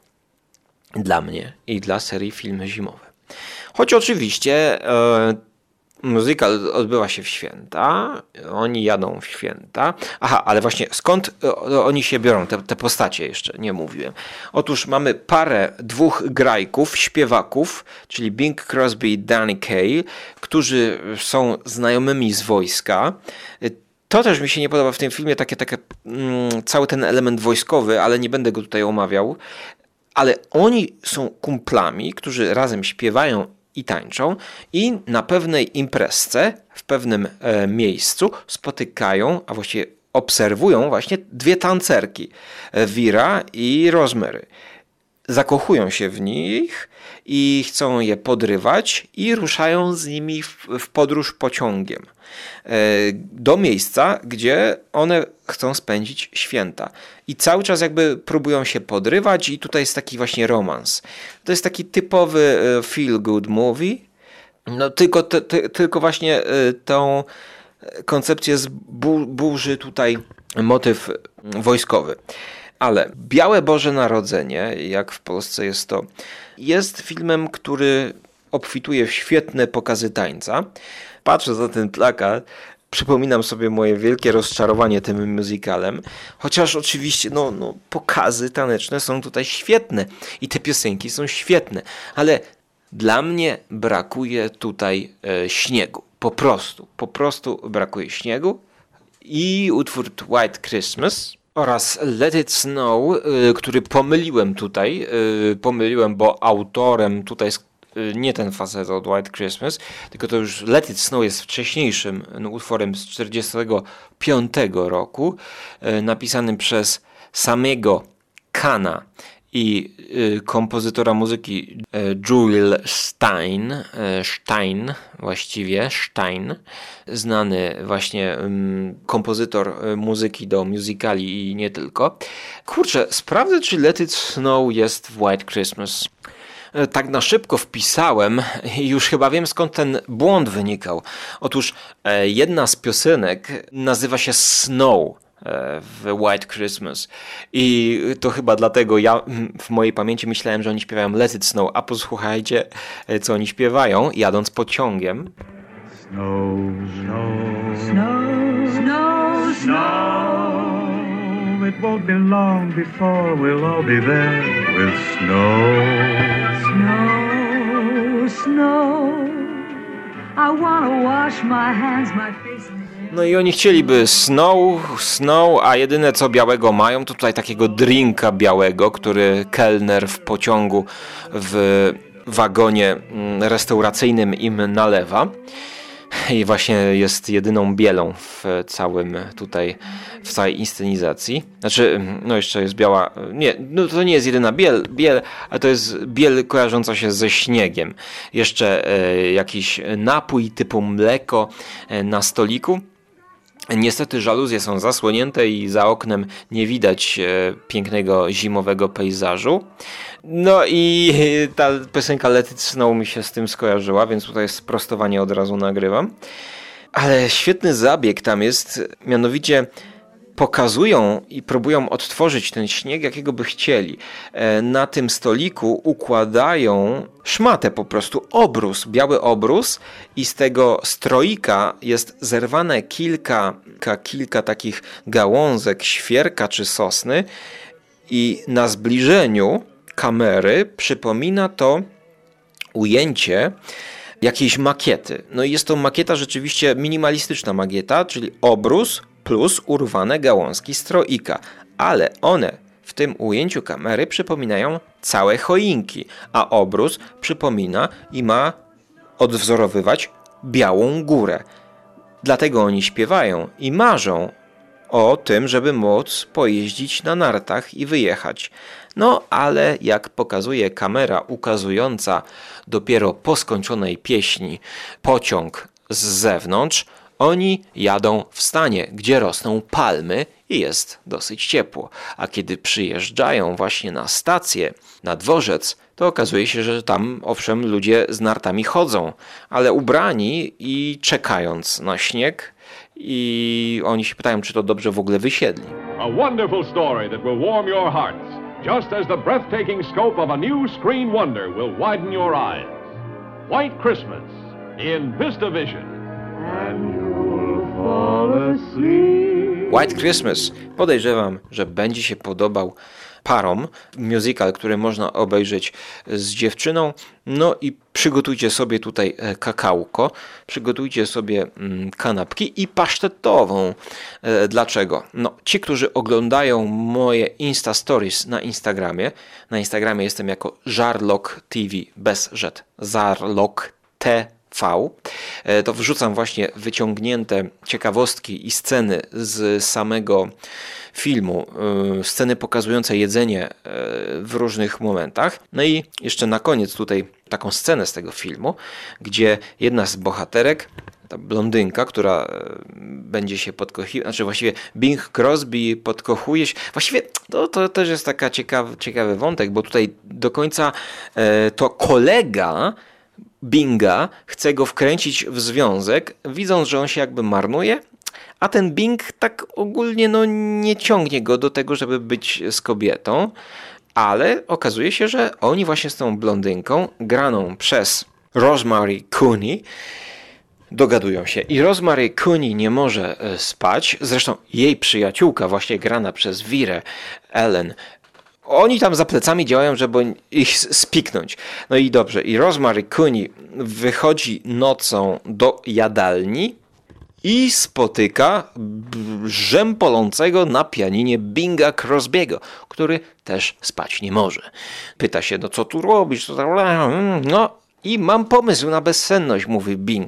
Dla mnie i dla serii Filmy Zimowe. Choć oczywiście e, musical odbywa się w święta, oni jadą w święta. Aha, ale właśnie skąd e, oni się biorą, te, te postacie jeszcze nie mówiłem. Otóż mamy parę dwóch grajków, śpiewaków, czyli Bing Crosby i Danny Kaye, którzy są znajomymi z wojska. To też mi się nie podoba w tym filmie, takie, takie mm, cały ten element wojskowy, ale nie będę go tutaj omawiał. Ale oni są kumplami, którzy razem śpiewają i tańczą i na pewnej imprezce, w pewnym e, miejscu spotykają, a właściwie obserwują właśnie dwie tancerki, Vera i Rosemary. Zakochują się w nich i chcą je podrywać i ruszają z nimi w, w podróż pociągiem do miejsca, gdzie one chcą spędzić święta. I cały czas jakby próbują się podrywać i tutaj jest taki właśnie romans. To jest taki typowy feel good movie, no tylko, te, te, tylko właśnie tą koncepcję zburzy tutaj motyw wojskowy. Ale Białe Boże Narodzenie, jak w Polsce jest to, jest filmem, który obfituje w świetne pokazy tańca. Patrzę na ten plakat, przypominam sobie moje wielkie rozczarowanie tym musicalem, chociaż oczywiście no, no, pokazy taneczne są tutaj świetne i te piosenki są świetne, ale dla mnie brakuje tutaj e, śniegu. Po prostu, po prostu brakuje śniegu i utwór White Christmas oraz Let It Snow, y, który pomyliłem tutaj, y, pomyliłem, bo autorem tutaj jest y, nie ten facet od White Christmas, tylko to już Let It Snow jest wcześniejszym no, utworem z czterdziestego piątego roku, y, napisanym przez samego Kana i y, kompozytora muzyki y, Jules Stein, y, Stein właściwie, Stein, znany właśnie y, kompozytor y, muzyki do musicali i nie tylko. Kurczę, sprawdzę, czy Let It Snow jest w White Christmas. Y, tak na szybko wpisałem i już chyba wiem, skąd ten błąd wynikał. Otóż y, jedna z piosenek nazywa się Snow w White Christmas i to chyba dlatego ja w mojej pamięci myślałem, że oni śpiewają Let It Snow, a posłuchajcie, co oni śpiewają jadąc pociągiem. Snow, snow, snow, snow, snow. It won't be long before we'll all be there with snow. Snow, snow. I wanna wash my hands, my face and hair. No i oni chcieliby snow, snow, a jedyne co białego mają to tutaj takiego drinka białego, który kelner w pociągu w wagonie restauracyjnym im nalewa. I właśnie jest jedyną bielą w całym tutaj, w całej inscenizacji. Znaczy, no jeszcze jest biała, nie, no to nie jest jedyna biel, biel, ale to jest biel kojarząca się ze śniegiem. Jeszcze e, jakiś napój typu mleko e, na stoliku. Niestety żaluzje są zasłonięte i za oknem nie widać e, pięknego zimowego pejzażu. No i ta piosenka Let It Snow mi się z tym skojarzyła, więc tutaj sprostowanie od razu nagrywam. Ale świetny zabieg tam jest, mianowicie pokazują i próbują odtworzyć ten śnieg, jakiego by chcieli. Na tym stoliku układają szmatę po prostu, obrus, biały obrus i z tego stroika jest zerwane kilka, kilka takich gałązek świerka czy sosny i na zbliżeniu kamery przypomina to ujęcie jakiejś makiety. No i jest to makieta rzeczywiście minimalistyczna makieta, czyli obrus plus urwane gałązki stroika, ale one w tym ujęciu kamery przypominają całe choinki, a obrus przypomina i ma odwzorowywać Białą Górę. Dlatego oni śpiewają i marzą o tym, żeby móc pojeździć na nartach i wyjechać. No ale jak pokazuje kamera ukazująca dopiero po skończonej pieśni pociąg z zewnątrz, oni jadą w stanie, gdzie rosną palmy i jest dosyć ciepło. A kiedy przyjeżdżają właśnie na stację, na dworzec, to okazuje się, że tam owszem ludzie z nartami chodzą, ale ubrani i czekając na śnieg. I oni się pytają, czy to dobrze w ogóle wysiedli. A wonderful story that will warm your hearts, just as the breathtaking scope of a new screen wonder will widen your eyes. White Christmas in VistaVision. And you'll fall asleep. White Christmas. Podejrzewam, że będzie się podobał parom. Musical, który można obejrzeć z dziewczyną. No i przygotujcie sobie tutaj kakałko, przygotujcie sobie kanapki i pasztetową. Dlaczego? No, ci, którzy oglądają moje Insta Stories na Instagramie, na Instagramie jestem jako Żarlok T V, bez rzet, Żarlok T V, to wrzucam właśnie wyciągnięte ciekawostki i sceny z samego filmu, sceny pokazujące jedzenie w różnych momentach. No i jeszcze na koniec tutaj taką scenę z tego filmu, gdzie jedna z bohaterek, ta blondynka, która będzie się podkochiwać, znaczy właściwie Bing Crosby podkochuje się, właściwie to, to też jest taka ciekawy, ciekawy wątek, bo tutaj do końca to kolega Binga chce go wkręcić w związek, widząc, że on się jakby marnuje, a ten Bing tak ogólnie no, nie ciągnie go do tego, żeby być z kobietą, ale okazuje się, że oni właśnie z tą blondynką, graną przez Rosemary Clooney, dogadują się. I Rosemary Clooney nie może spać, zresztą jej przyjaciółka, właśnie grana przez Virę Ellen, oni tam za plecami działają, żeby ich spiknąć. No i dobrze. I Rosemary Clooney wychodzi nocą do jadalni i spotyka rzępolącego na pianinie Binga Crosby'ego, który też spać nie może. Pyta się, no co tu robisz? No i mam pomysł na bezsenność, mówi Bing.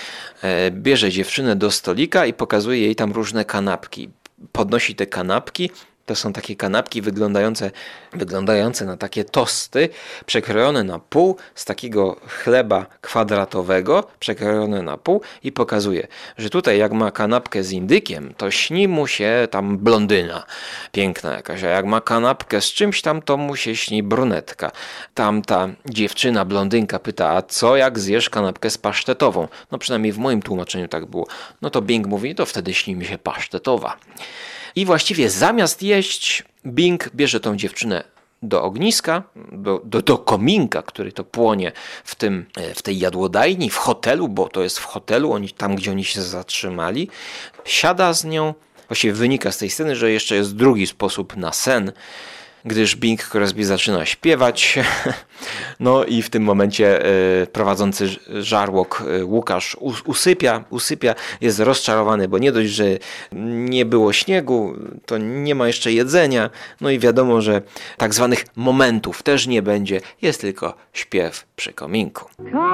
Bierze dziewczynę do stolika i pokazuje jej tam różne kanapki. Podnosi te kanapki. To są takie kanapki wyglądające, wyglądające na takie tosty, przekrojone na pół z takiego chleba kwadratowego, przekrojone na pół i pokazuje, że tutaj jak ma kanapkę z indykiem, to śni mu się tam blondyna piękna jakaś, a jak ma kanapkę z czymś tam, to mu się śni brunetka. Tamta dziewczyna, blondynka pyta, a co jak zjesz kanapkę z pasztetową? No przynajmniej w moim tłumaczeniu tak było. No to Bing mówi, to wtedy śni mi się pasztetowa. I właściwie zamiast jeść, Bing bierze tą dziewczynę do ogniska, do, do, do kominka, który to płonie w, tym, w tej jadłodajni, w hotelu, bo to jest w hotelu, oni, tam gdzie oni się zatrzymali. Siada z nią, właściwie wynika z tej sceny, że jeszcze jest drugi sposób na sen. gdyż Bing Crosby zaczyna śpiewać. No i w tym momencie y, prowadzący żarłok y, Łukasz us, usypia, usypia, jest rozczarowany, bo nie dość, że nie było śniegu, to nie ma jeszcze jedzenia. No i wiadomo, że tak zwanych momentów też nie będzie, jest tylko śpiew przy kominku.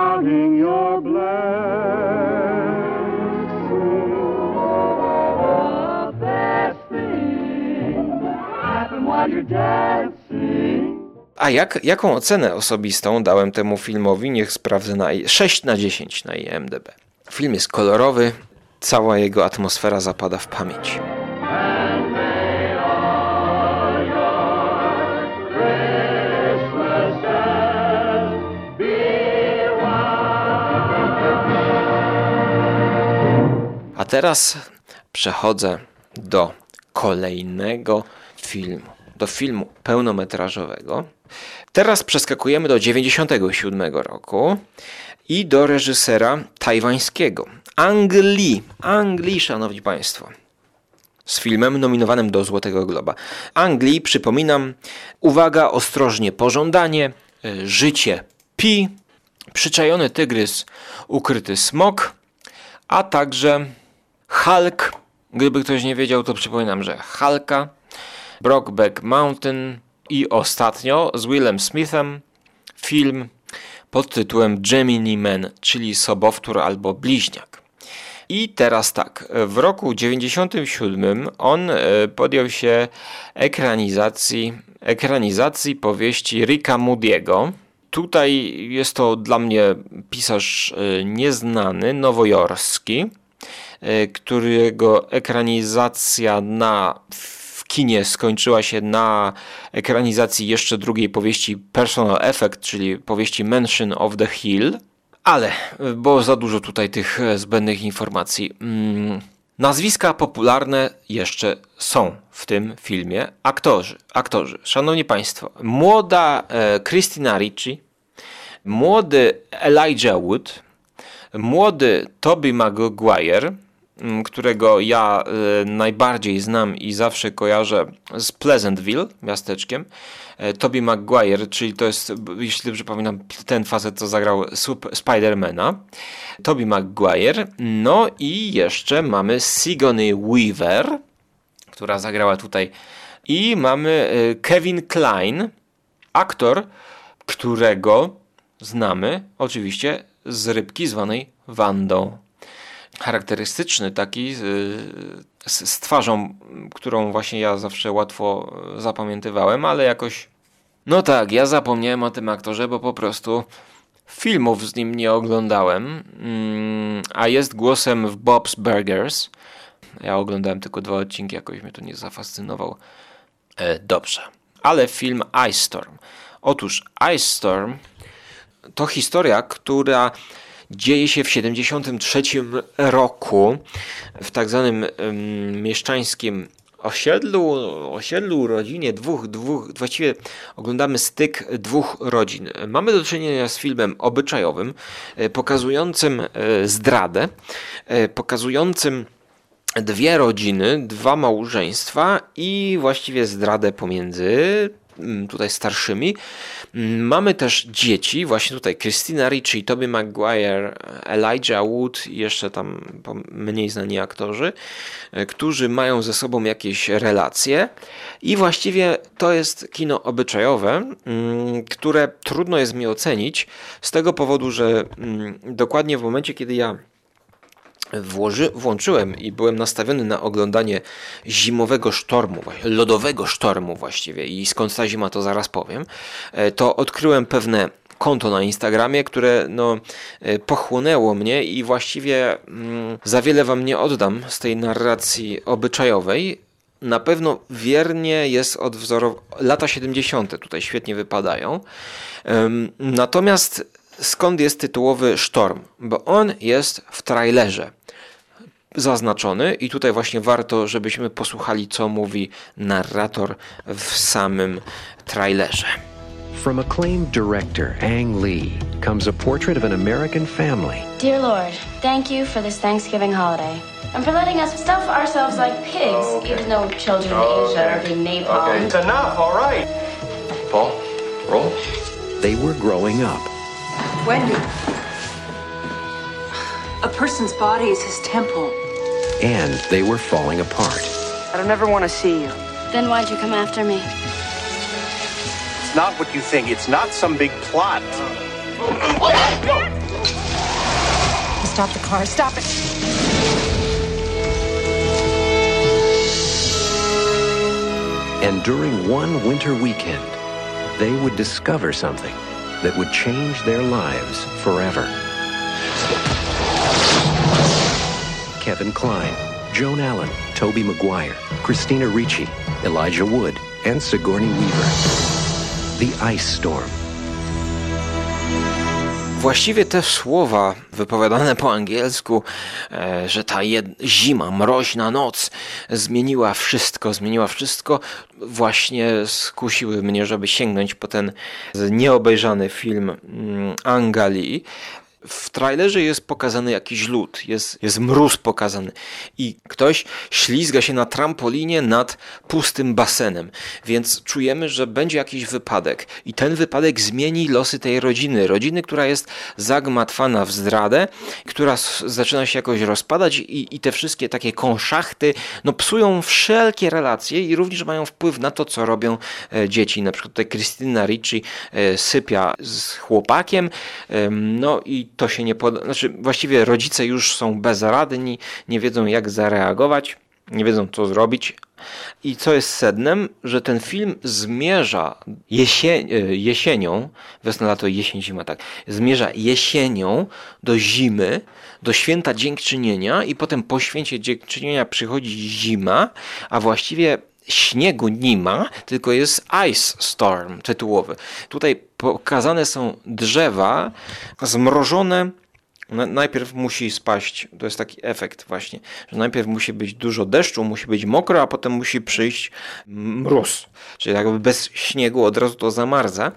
A jak, jaką ocenę osobistą dałem temu filmowi? Niech sprawdzę na sześć na dziesięć na I M D B. Film jest kolorowy, cała jego atmosfera zapada w pamięć. A teraz przechodzę do kolejnego filmu, do filmu pełnometrażowego. Teraz przeskakujemy do dziewięćdziesiątego siódmego roku i do reżysera tajwańskiego, Ang Lee. Ang Lee, szanowni państwo. Z filmem nominowanym do Złotego Globa. Ang Lee, przypominam, uwaga, ostrożnie pożądanie, Życie Pi, Przyczajony tygrys, Ukryty smok, a także Hulk. Gdyby ktoś nie wiedział, to przypominam, że Hulka, Brokeback Mountain i ostatnio z Willem Smithem film pod tytułem Gemini Man, czyli Sobowtór albo Bliźniak. I teraz tak, w roku dziewięćdziesiątym siódmym on podjął się ekranizacji, ekranizacji powieści Ricka Moody'ego. Tutaj jest to dla mnie pisarz nieznany, nowojorski, którego ekranizacja na w kinie skończyła się na ekranizacji jeszcze drugiej powieści Personal Effect, czyli powieści Mansion of the Hill. Ale, bo za dużo tutaj tych zbędnych informacji. Hmm. Nazwiska popularne jeszcze są w tym filmie. Aktorzy, aktorzy. Szanowni Państwo, młoda e, Christina Ricci, młody Elijah Wood, młody Tobey Maguire, którego ja y, najbardziej znam i zawsze kojarzę z Pleasantville, miasteczkiem. E, Tobey Maguire, czyli to jest, jeśli dobrze pamiętam, ten facet, co zagrał Super Spidermana. Tobey Maguire. No i jeszcze mamy Sigourney Weaver, która zagrała tutaj. I mamy y, Kevin Kline, aktor, którego znamy oczywiście z rybki zwanej Wandą. Charakterystyczny taki, z, z twarzą, którą właśnie ja zawsze łatwo zapamiętywałem, ale jakoś, no tak, ja zapomniałem o tym aktorze, bo po prostu filmów z nim nie oglądałem, a jest głosem w Bob's Burgers. Ja oglądałem tylko dwa odcinki, jakoś mnie to nie zafascynował. E, dobrze, ale film Ice Storm. Otóż Ice Storm to historia, która dzieje się w siedemdziesiątym trzecim roku w tak zwanym um, mieszczańskim osiedlu, osiedlu, rodzinie dwóch, dwóch, właściwie oglądamy styk dwóch rodzin. Mamy do czynienia z filmem obyczajowym, pokazującym zdradę, pokazującym dwie rodziny, dwa małżeństwa i właściwie zdradę pomiędzy tutaj starszymi. Mamy też dzieci, właśnie tutaj Christina Ricci, Tobey Maguire, Elijah Wood i jeszcze tam mniej znani aktorzy, którzy mają ze sobą jakieś relacje i właściwie to jest kino obyczajowe, które trudno jest mi ocenić z tego powodu, że dokładnie w momencie, kiedy ja Włoży, włączyłem i byłem nastawiony na oglądanie zimowego sztormu, lodowego sztormu właściwie i skąd ta zima, to zaraz powiem, to odkryłem pewne konto na Instagramie, które no, pochłonęło mnie i właściwie mm, za wiele wam nie oddam z tej narracji obyczajowej. Na pewno wiernie jest odwzorowana, lata siedemdziesiąte tutaj świetnie wypadają. Um, natomiast skąd jest tytułowy sztorm? Bo on jest w trailerze zaznaczony i tutaj właśnie warto, żebyśmy posłuchali, co mówi narrator w samym trailerze. From acclaimed director Ang Lee comes a portrait of an American family. Dear Lord, thank you for this Thanksgiving holiday and for letting us stuff ourselves like pigs, oh, okay. even though children in Asia are being napalmed. Okay, it's enough, all right. Paul, roll. They were growing up. Wendy. A person's body is his temple. And they were falling apart. I don't ever want to see you. Then why'd you come after me? It's not what you think. It's not some big plot. Stop the car. Stop it. And during one winter weekend, they would discover something that would change their lives forever. Kevin Kline, Joan Allen, Tobey Maguire, Christina Ricci, Elijah Wood, and Sigourney Weaver. The Ice Storm. Właściwie te słowa wypowiadane po angielsku, e, że ta jed- zima, mroźna noc zmieniła wszystko, zmieniła wszystko, właśnie skusiły mnie, żeby sięgnąć po ten nieobejrzany film mm, Anga Lee. W trailerze jest pokazany jakiś lód, jest, jest mróz pokazany i ktoś ślizga się na trampolinie nad pustym basenem, więc czujemy, że będzie jakiś wypadek i ten wypadek zmieni losy tej rodziny, rodziny, która jest zagmatwana w zdradę, która s- zaczyna się jakoś rozpadać i, i te wszystkie takie konszachty no, psują wszelkie relacje i również mają wpływ na to, co robią e, dzieci. Na przykład tutaj Christina Ricci e, sypia z chłopakiem, e, no i to się nie poda... Znaczy właściwie rodzice już są bezradni, nie wiedzą jak zareagować, nie wiedzą co zrobić. I co jest sednem, że ten film zmierza jesie... jesienią, wiosna, lato, jesień, zima, tak, zmierza jesienią do zimy, do święta dziękczynienia i potem po święcie dziękczynienia przychodzi zima, a właściwie śniegu nie ma, tylko jest Ice Storm tytułowy. Tutaj pokazane są drzewa zmrożone. Najpierw musi spaść, to jest taki efekt właśnie, że najpierw musi być dużo deszczu, musi być mokro, a potem musi przyjść mróz. Czyli jakby bez śniegu od razu to zamarza.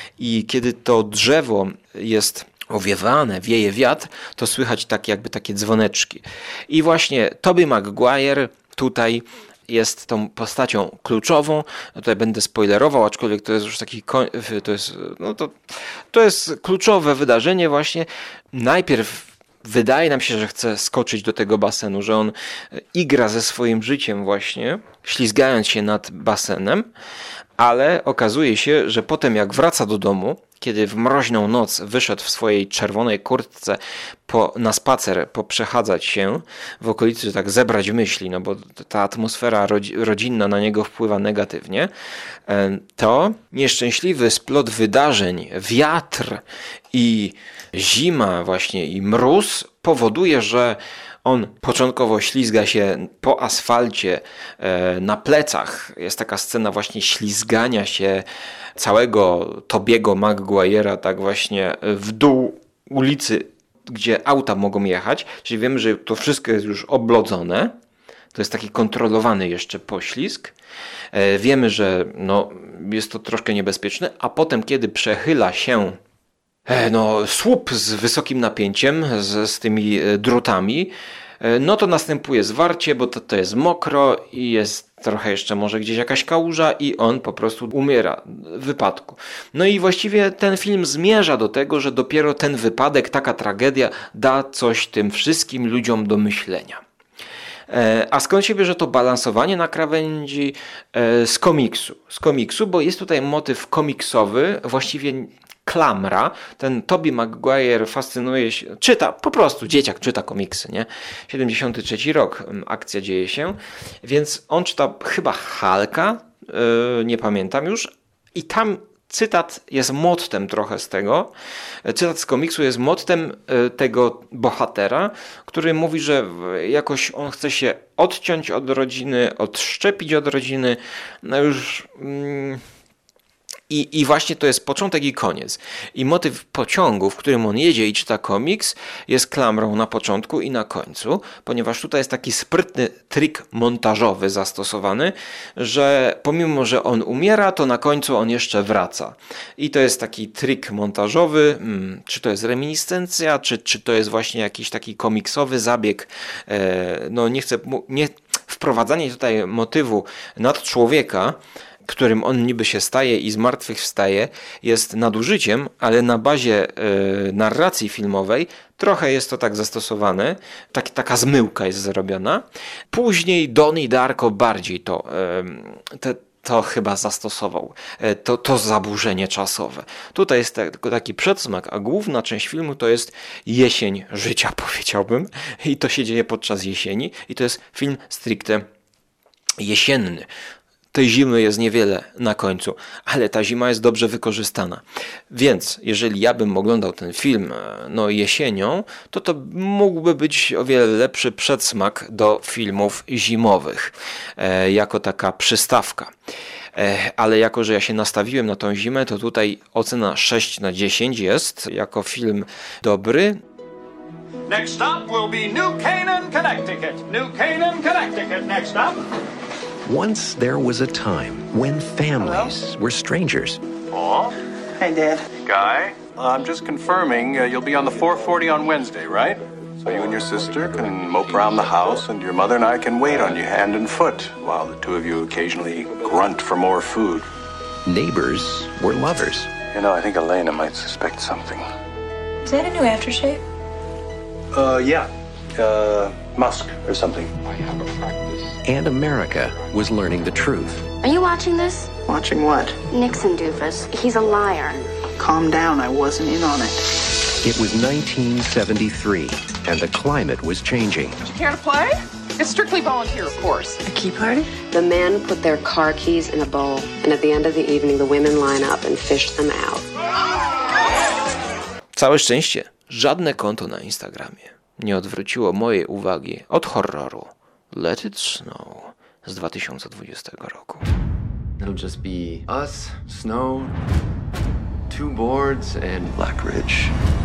I kiedy to drzewo jest owiewane, wieje wiatr, to słychać tak jakby takie dzwoneczki. I właśnie Tobey Maguire tutaj jest tą postacią kluczową. Tutaj będę spoilerował, aczkolwiek to jest już taki to jest, no to, to jest kluczowe wydarzenie właśnie. Najpierw wydaje nam się, że chce skoczyć do tego basenu, że on igra ze swoim życiem właśnie, ślizgając się nad basenem, ale okazuje się, że potem jak wraca do domu, kiedy w mroźną noc wyszedł w swojej czerwonej kurtce po, na spacer, poprzechadzać się w okolicy, tak zebrać myśli, no bo ta atmosfera rodzi, rodzinna na niego wpływa negatywnie, to nieszczęśliwy splot wydarzeń, wiatr i zima właśnie i mróz powoduje, że on początkowo ślizga się po asfalcie na plecach. Jest taka scena właśnie ślizgania się całego Tobiego Maguire'a tak właśnie w dół ulicy, gdzie auta mogą jechać. Czyli wiemy, że to wszystko jest już oblodzone. To jest taki kontrolowany jeszcze poślizg. Wiemy, że no, jest to troszkę niebezpieczne, a potem kiedy przechyla się no, słup z wysokim napięciem, z, z tymi drutami, no to następuje zwarcie, bo to, to jest mokro i jest trochę jeszcze może gdzieś jakaś kałuża i on po prostu umiera w wypadku. No i właściwie ten film zmierza do tego, że dopiero ten wypadek, taka tragedia da coś tym wszystkim ludziom do myślenia. A skąd się bierze to balansowanie na krawędzi? Z komiksu. Z komiksu, bo jest tutaj motyw komiksowy, właściwie klamra. Ten Tobey Maguire fascynuje się, czyta, po prostu dzieciak czyta komiksy, nie? siedemdziesiąty trzeci rok akcja dzieje się, więc on czyta chyba Hulka, yy, nie pamiętam już, i tam cytat jest mottem trochę z tego. Cytat z komiksu jest mottem tego bohatera, który mówi, że jakoś on chce się odciąć od rodziny, odszczepić od rodziny. No już... Mm, I, I właśnie to jest początek i koniec. I motyw pociągu, w którym on jedzie i czyta komiks, jest klamrą na początku i na końcu, ponieważ tutaj jest taki sprytny trik montażowy zastosowany, że pomimo, że on umiera, to na końcu on jeszcze wraca. I to jest taki trik montażowy, hmm, czy to jest reminiscencja, czy, czy to jest właśnie jakiś taki komiksowy zabieg. E, no nie chcę... Nie, wprowadzanie tutaj motywu nadczłowieka, którym on niby się staje i zmartwychwstaje, jest nadużyciem, ale na bazie y, narracji filmowej trochę jest to tak zastosowane, tak, taka zmyłka jest zrobiona. Później Donnie Darko bardziej to, y, te, to chyba zastosował, y, to, to zaburzenie czasowe. Tutaj jest tylko taki przedsmak, a główna część filmu to jest jesień życia, powiedziałbym, i to się dzieje podczas jesieni i to jest film stricte jesienny. Tej zimy jest niewiele na końcu, ale ta zima jest dobrze wykorzystana. Więc jeżeli ja bym oglądał ten film no, jesienią, to to mógłby być o wiele lepszy przedsmak do filmów zimowych, e, jako taka przystawka. E, ale jako, że ja się nastawiłem na tą zimę, to tutaj ocena sześć na dziesięć jest jako film dobry. Next stop will be New Canaan, Connecticut. New Canaan, Connecticut. Next stop. Once there was a time when families Hello? were strangers. Paul? Hey, Dad. Guy? Uh, I'm just confirming uh, you'll be on the four forty on Wednesday, right? So you and your sister can mope around the house and your mother and I can wait on you hand and foot while the two of you occasionally grunt for more food. Neighbors were lovers. You know, I think Elena might suspect something. Is that a new aftershave? Uh, yeah. Uh, Musk or something. I have a practice. And America was learning the truth. Are you watching this? Watching what? Nixon doofus. He's a liar. Calm down, I wasn't in on it. It was nineteen seventy-three, and the climate was changing. Care to play? It's strictly volunteer, of course. A key party? The men put their car keys in a bowl, and at the end of the evening, the women line up and fish them out. Całe szczęście, żadne konto na Instagramie nie odwróciło mojej uwagi od horroru Let It Snow z dwa tysiące dwudziestego roku. It'll just be us, snow, two boards and Black Ridge.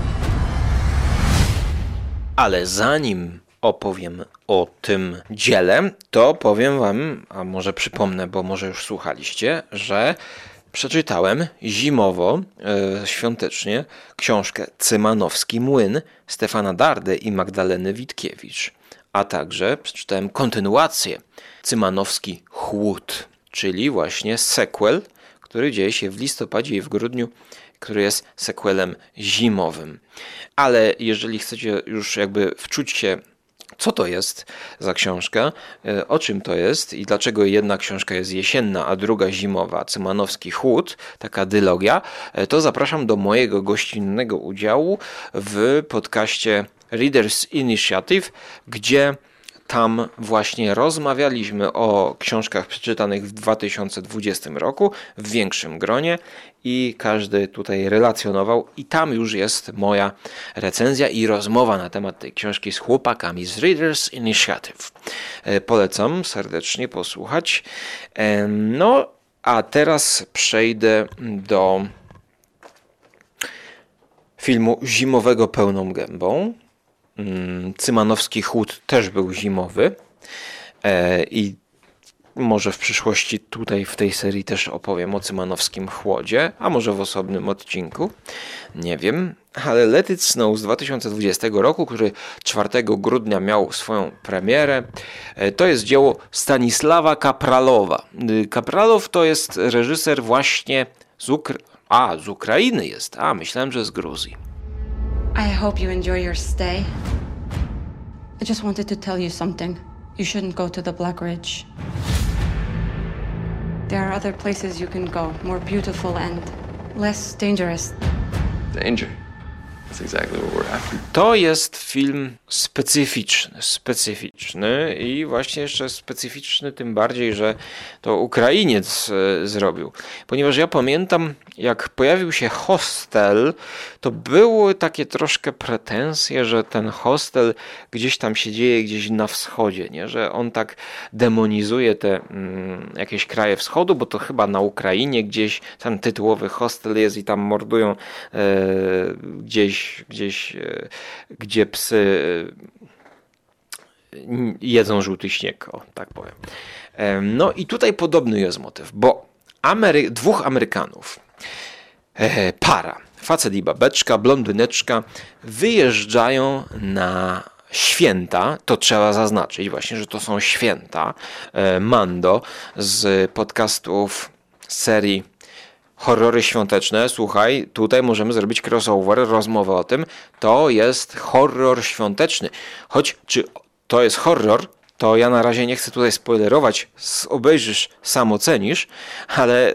Ale zanim opowiem o tym dziele, to powiem wam, a może przypomnę, bo może już słuchaliście, że przeczytałem zimowo, e, świątecznie, książkę Cymanowski Młyn Stefana Dardy i Magdaleny Witkiewicz, a także przeczytałem kontynuację Cymanowski Chłód, czyli właśnie sequel, który dzieje się w listopadzie i w grudniu, który jest sequelem zimowym. Ale jeżeli chcecie już jakby wczuć się, co to jest za książka, o czym to jest i dlaczego jedna książka jest jesienna, a druga zimowa, Cymanowski Chłód, taka dylogia, to zapraszam do mojego gościnnego udziału w podcaście Readers Initiative, gdzie tam właśnie rozmawialiśmy o książkach przeczytanych w dwa tysiące dwudziestym roku w większym gronie i każdy tutaj relacjonował i tam już jest moja recenzja i rozmowa na temat tej książki z chłopakami z Readers Initiative. Polecam serdecznie posłuchać. No, a teraz przejdę do filmu zimowego pełną gębą. Cymanowski Chłód też był zimowy e, i może w przyszłości tutaj w tej serii też opowiem o Cymanowskim Chłodzie, a może w osobnym odcinku, nie wiem, ale Let It Snow z dwa tysiące dwudziestego roku, który czwartego grudnia miał swoją premierę, e, to jest dzieło Stanisława Kapralowa. Kapralow to jest reżyser właśnie z, Ukra- a, z Ukrainy jest, a myślałem, że z Gruzji. I hope you enjoy your stay. I just wanted to tell you something. You shouldn't go to the Black Ridge. There are other places you can go, more beautiful and less dangerous. Danger. That's exactly what we're after. To jest film specyficzny, specyficzny i właśnie jeszcze specyficzny tym bardziej, że to Ukrainiec e, zrobił. Ponieważ ja pamiętam, jak pojawił się Hostel, to były takie troszkę pretensje, że ten Hostel gdzieś tam się dzieje gdzieś na wschodzie, nie? Że on tak demonizuje te mm, jakieś kraje wschodu, bo to chyba na Ukrainie gdzieś ten tytułowy Hostel jest i tam mordują e, gdzieś gdzieś, gdzie psy jedzą żółty śnieg, o, tak powiem. No i tutaj podobny jest motyw, bo Amery- dwóch Amerykanów, para, facet i babeczka, blondyneczka, wyjeżdżają na święta, to trzeba zaznaczyć właśnie, że to są święta. Mando z podcastów serii horrory świąteczne. Słuchaj, tutaj możemy zrobić crossover, rozmowę o tym. To jest horror świąteczny. Choć czy to jest horror, to ja na razie nie chcę tutaj spoilerować. Obejrzysz, sam ocenisz, ale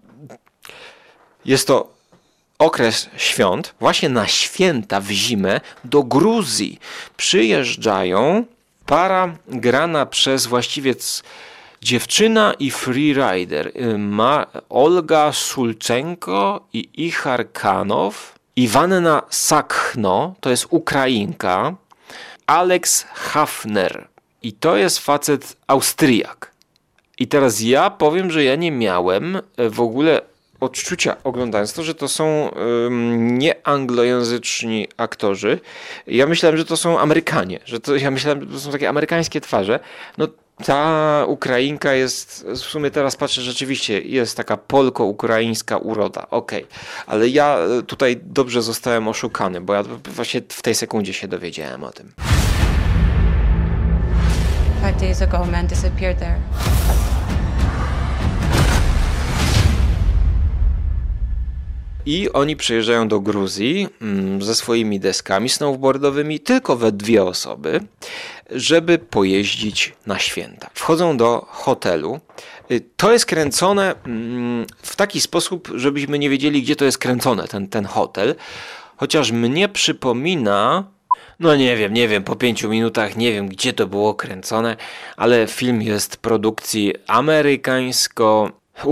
jest to okres świąt. Właśnie na święta w zimę do Gruzji przyjeżdżają para grana przez właściwie dziewczyna i freerider Ma Olga Sulczenko i Ichar Kanow, Iwanna Sakhno, to jest Ukrainka, Alex Hafner i to jest facet Austriak. I teraz ja powiem, że ja nie miałem w ogóle odczucia oglądając to, że to są um, nieanglojęzyczni aktorzy. Ja myślałem, że to są Amerykanie, że to, ja myślałem, że to są takie amerykańskie twarze. No ta Ukrainka jest, w sumie teraz patrzę, rzeczywiście jest taka polko-ukraińska uroda, okej, okay. Ale ja tutaj dobrze zostałem oszukany, bo ja właśnie w tej sekundzie się dowiedziałem o tym. Five days ago, a man disappeared there. I oni przyjeżdżają do Gruzji mm, ze swoimi deskami snowboardowymi, tylko we dwie osoby, żeby pojeździć na święta. Wchodzą do hotelu. To jest kręcone mm, w taki sposób, żebyśmy nie wiedzieli, gdzie to jest kręcone, ten, ten hotel. Chociaż mnie przypomina, no nie wiem, nie wiem, po pięciu minutach nie wiem, gdzie to było kręcone, ale film jest produkcji amerykańsko-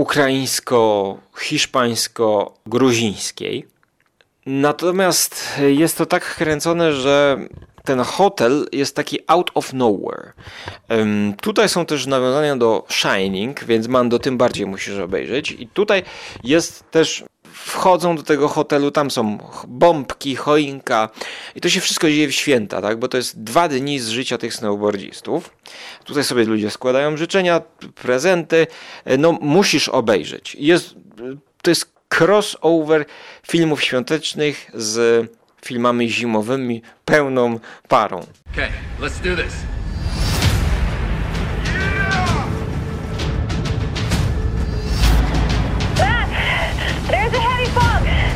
ukraińsko-hiszpańsko-gruzińskiej. Natomiast jest to tak kręcone, że ten hotel jest taki out of nowhere. Um, tutaj są też nawiązania do Shining, więc Mando, tym bardziej musisz obejrzeć. I tutaj jest też, wchodzą do tego hotelu, tam są bombki, choinka i to się wszystko dzieje w święta, tak? Bo to jest dwa dni z życia tych snowboardzistów. Tutaj sobie ludzie składają życzenia, prezenty. No musisz obejrzeć. Jest, to jest crossover filmów świątecznych z filmami zimowymi pełną parą. Okay, let's do this. Dad, there's a heavy fog.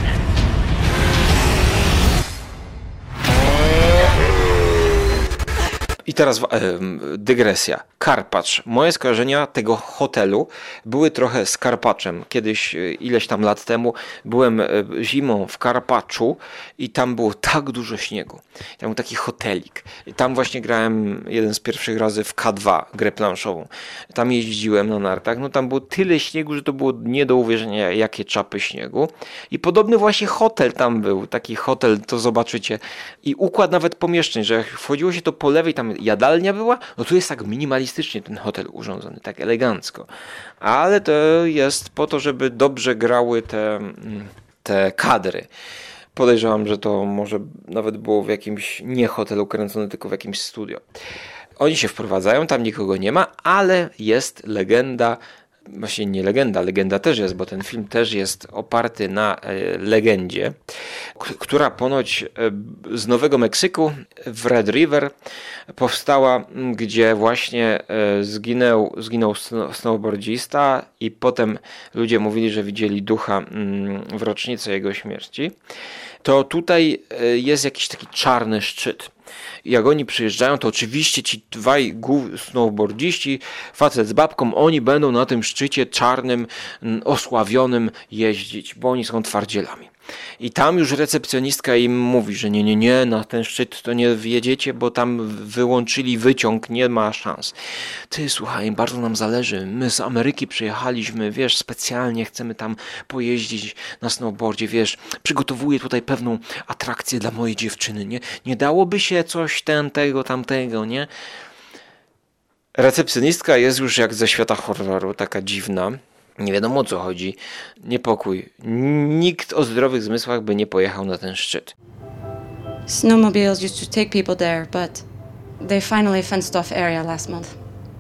I teraz e, dygresja. Karpacz. Moje skojarzenia tego hotelu były trochę z Karpaczem. Kiedyś, ileś tam lat temu, byłem zimą w Karpaczu i tam było tak dużo śniegu. Tam był taki hotelik. I tam właśnie grałem jeden z pierwszych razy w K dwa, grę planszową. Tam jeździłem na nartach. No tam było tyle śniegu, że to było nie do uwierzenia, jakie czapy śniegu. I podobny właśnie hotel tam był. Taki hotel, to zobaczycie. I układ nawet pomieszczeń, że jak wchodziło się to po lewej, tam jadalnia była, no tu jest tak minimalistycznie ten hotel urządzony, tak elegancko. Ale to jest po to, żeby dobrze grały te, te kadry. Podejrzewam, że to może nawet było w jakimś nie hotelu kręcone, tylko w jakimś studio. Oni się wprowadzają, tam nikogo nie ma, ale jest legenda, właśnie nie legenda, legenda też jest, bo ten film też jest oparty na e, legendzie, k- która ponoć e, z Nowego Meksyku w Red River powstała, gdzie właśnie e, zginął, zginął sn- snowboardzista i potem ludzie mówili, że widzieli ducha mm, w rocznicę jego śmierci. To tutaj e, jest jakiś taki czarny szczyt. Jak oni przyjeżdżają, to oczywiście ci dwaj snowboardziści, facet z babką, oni będą na tym szczycie czarnym, osławionym jeździć, bo oni są twardzielami. I tam już recepcjonistka im mówi, że nie, nie, nie, na ten szczyt to nie wjedziecie, bo tam wyłączyli wyciąg, nie ma szans. Ty, słuchaj, bardzo nam zależy, my z Ameryki przyjechaliśmy, wiesz, specjalnie chcemy tam pojeździć na snowboardzie, wiesz, przygotowuję tutaj pewną atrakcję dla mojej dziewczyny, nie, nie dałoby się coś ten, tego, tamtego, nie? Recepcjonistka jest już jak ze świata horroru, taka dziwna. Nie wiadomo o co chodzi. Niepokój. Nikt o zdrowych zmysłach by nie pojechał na ten szczyt. Snowmobiles used to take people there, but they finally fenced off area last month.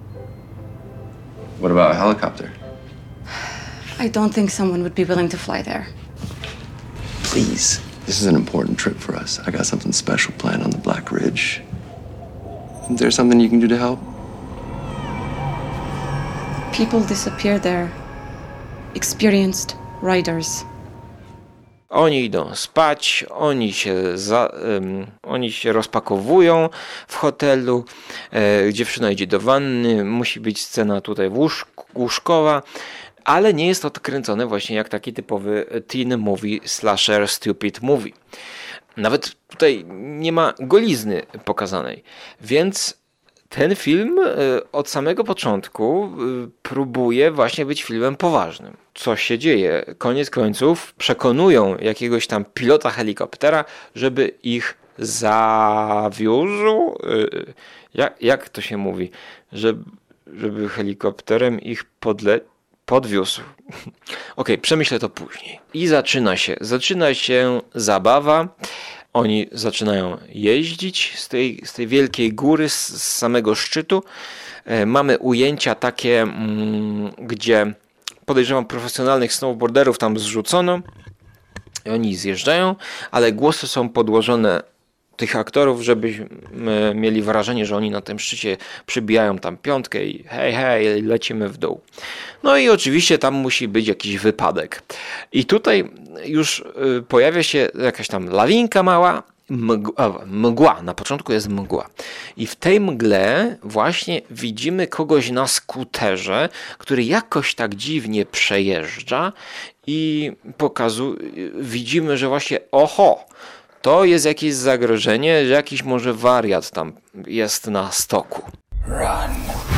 What about a helicopter? I don't think someone would be willing to fly there. Please. This is an important trip for us. I got something special planned on the Black Ridge. Is there something you can do to help? People disappear there. experienced riders. Oni idą spać, oni się, za, um, oni się rozpakowują w hotelu, e, dziewczyna idzie do wanny, musi być scena tutaj łóżk- łóżkowa, ale nie jest to kręcone właśnie jak taki typowy teen movie, slasher, stupid movie. Nawet tutaj nie ma golizny pokazanej, więc ten film od samego początku próbuje właśnie być filmem poważnym. Co się dzieje? Koniec końców przekonują jakiegoś tam pilota helikoptera, żeby ich zawiózł. Jak, jak to się mówi? Żeby, żeby helikopterem ich podle... podwiózł. Okej, okay, przemyślę to później. I zaczyna się. Zaczyna się zabawa. Oni zaczynają jeździć z tej, z tej wielkiej góry, z, z samego szczytu. E, mamy ujęcia takie, mm, gdzie podejrzewam profesjonalnych snowboarderów tam zrzucono. I oni zjeżdżają, ale głosy są podłożone tych aktorów, żebyśmy mieli wrażenie, że oni na tym szczycie przybijają tam piątkę i hej, hej, lecimy w dół. No i oczywiście tam musi być jakiś wypadek. I tutaj już pojawia się jakaś tam lawinka mała, mgła, mgła. Na początku jest mgła. I w tej mgle właśnie widzimy kogoś na skuterze, który jakoś tak dziwnie przejeżdża i pokazuje, widzimy, że właśnie oho, to jest jakieś zagrożenie, że jakiś może wariat tam jest na stoku. Run.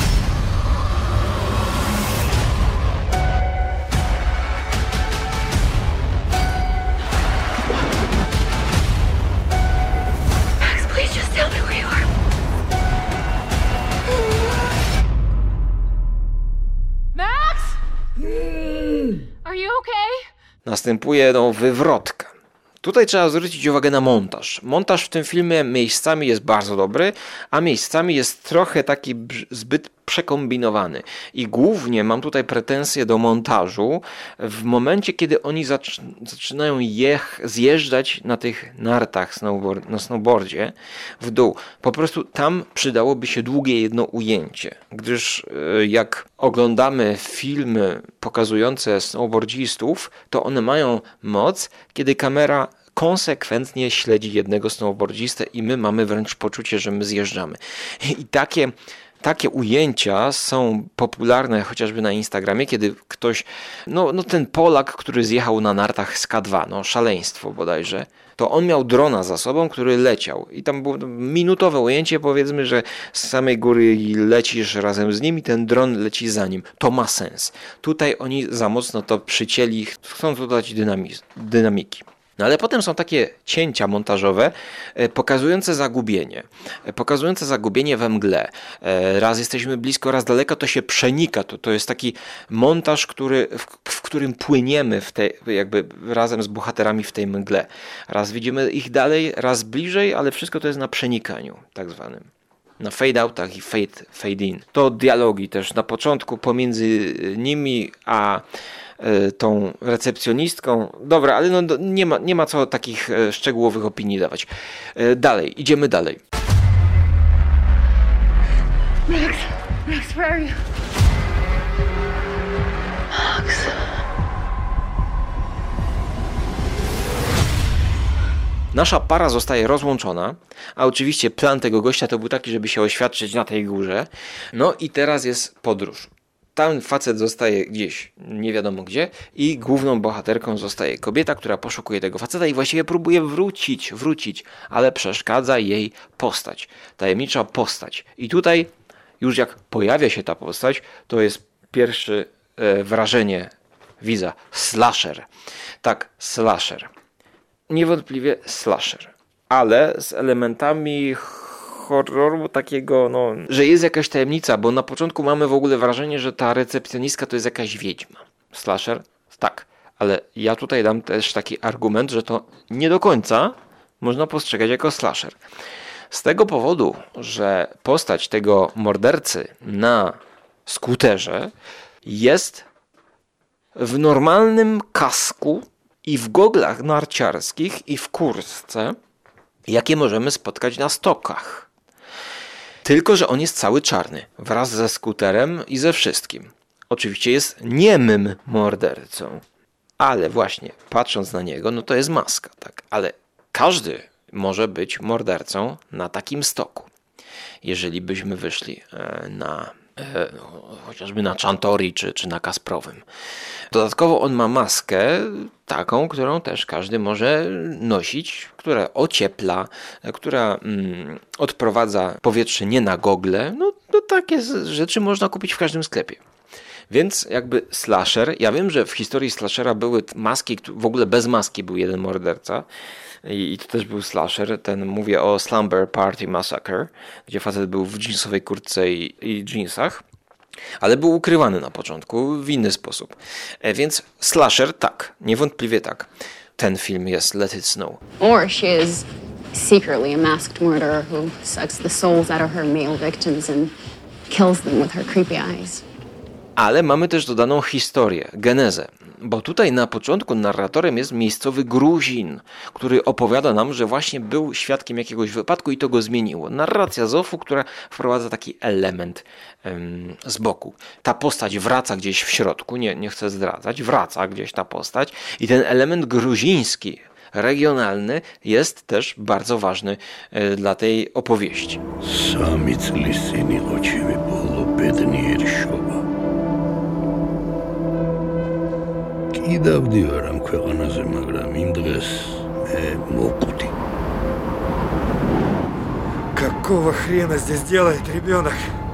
Max, please just tell me where you are. Max? Are you okay? Następuje no, wywrotka. Tutaj trzeba zwrócić uwagę na montaż. Montaż w tym filmie miejscami jest bardzo dobry, a miejscami jest trochę taki zbyt przekombinowany. I głównie mam tutaj pretensje do montażu w momencie, kiedy oni zac- zaczynają jech- zjeżdżać na tych nartach snowboard- na snowboardzie w dół. Po prostu tam przydałoby się długie jedno ujęcie, gdyż yy, jak oglądamy filmy pokazujące snowboardzistów, to one mają moc, kiedy kamera konsekwentnie śledzi jednego snowboardzistę i my mamy wręcz poczucie, że my zjeżdżamy. I takie Takie ujęcia są popularne chociażby na Instagramie, kiedy ktoś, no, no ten Polak, który zjechał na nartach z K dwa, no szaleństwo bodajże, to on miał drona za sobą, który leciał i tam było minutowe ujęcie, powiedzmy, że z samej góry lecisz razem z nim i ten dron leci za nim. To ma sens. Tutaj oni za mocno to przycięli, chcą dodać dynamiz- dynamiki. No ale potem są takie cięcia montażowe e, pokazujące zagubienie. E, pokazujące zagubienie we mgle. E, raz jesteśmy blisko, raz daleko, to się przenika. To, to jest taki montaż, który, w, w którym płyniemy w tej, jakby razem z bohaterami w tej mgle. Raz widzimy ich dalej, raz bliżej, ale wszystko to jest na przenikaniu tak zwanym. Na fade-outach i fade, fade in. To dialogi też na początku pomiędzy nimi a tą recepcjonistką. Dobra, ale no nie ma, nie ma co takich szczegółowych opinii dawać. Dalej, idziemy dalej. Max, Max, where are you? Max. Nasza para zostaje rozłączona, a oczywiście plan tego gościa to był taki, żeby się oświadczyć na tej górze. No i teraz jest podróż. Tam facet zostaje gdzieś, nie wiadomo gdzie, i główną bohaterką zostaje kobieta, która poszukuje tego faceta i właściwie próbuje wrócić, wrócić, ale przeszkadza jej postać, tajemnicza postać. I tutaj już jak pojawia się ta postać, to jest pierwsze e, wrażenie widza. Slasher. Tak, slasher. Niewątpliwie slasher, ale z elementami horroru takiego, no, że jest jakaś tajemnica, bo na początku mamy w ogóle wrażenie, że ta recepcjonistka to jest jakaś wiedźma. Slasher? Tak, ale ja tutaj dam też taki argument, że to nie do końca można postrzegać jako slasher. Z tego powodu, że postać tego mordercy na skuterze jest w normalnym kasku i w goglach narciarskich i w kurtce, jakie możemy spotkać na stokach. Tylko że on jest cały czarny, wraz ze skuterem i ze wszystkim. oczywiście jest niemym mordercą. Ale właśnie, patrząc na niego, no to jest maska, tak? Ale każdy może być mordercą na takim stoku. Jeżeli byśmy wyszli na e, chociażby na Chantori czy, czy na Kasprowym. Dodatkowo on ma maskę taką, którą też każdy może nosić, która ociepla, która mm, odprowadza powietrze nie na gogle. No, no takie rzeczy można kupić w każdym sklepie. Więc jakby slasher, ja wiem, że w historii slashera były maski, w ogóle bez maski był jeden morderca i, i to też był slasher, ten mówię o Slumber Party Massacre, gdzie facet był w jeansowej kurtce i, i jeansach, ale był ukrywany na początku w inny sposób. E, więc slasher tak, niewątpliwie tak. Ten film jest Let It Snow. Or she is secretly a masked murderer who sucks the souls out of her male victims and kills them with her creepy eyes. Ale mamy też dodaną historię, genezę, bo tutaj na początku narratorem jest miejscowy Gruzin, który opowiada nam, że właśnie był świadkiem jakiegoś wypadku i to go zmieniło. Narracja Zofu, która wprowadza taki element ym, z boku. Ta postać wraca gdzieś w środku, nie, nie chcę zdradzać, wraca gdzieś ta postać i ten element gruziński, regionalny jest też bardzo ważny y, dla tej opowieści. Samic lisini očevi polupedni eršova. Კიდევ ვარ ამ ქვეყანაზე, მაგრამ იმ დღეს მე მოვკვდი. Какого хрена здесь делает ребенок?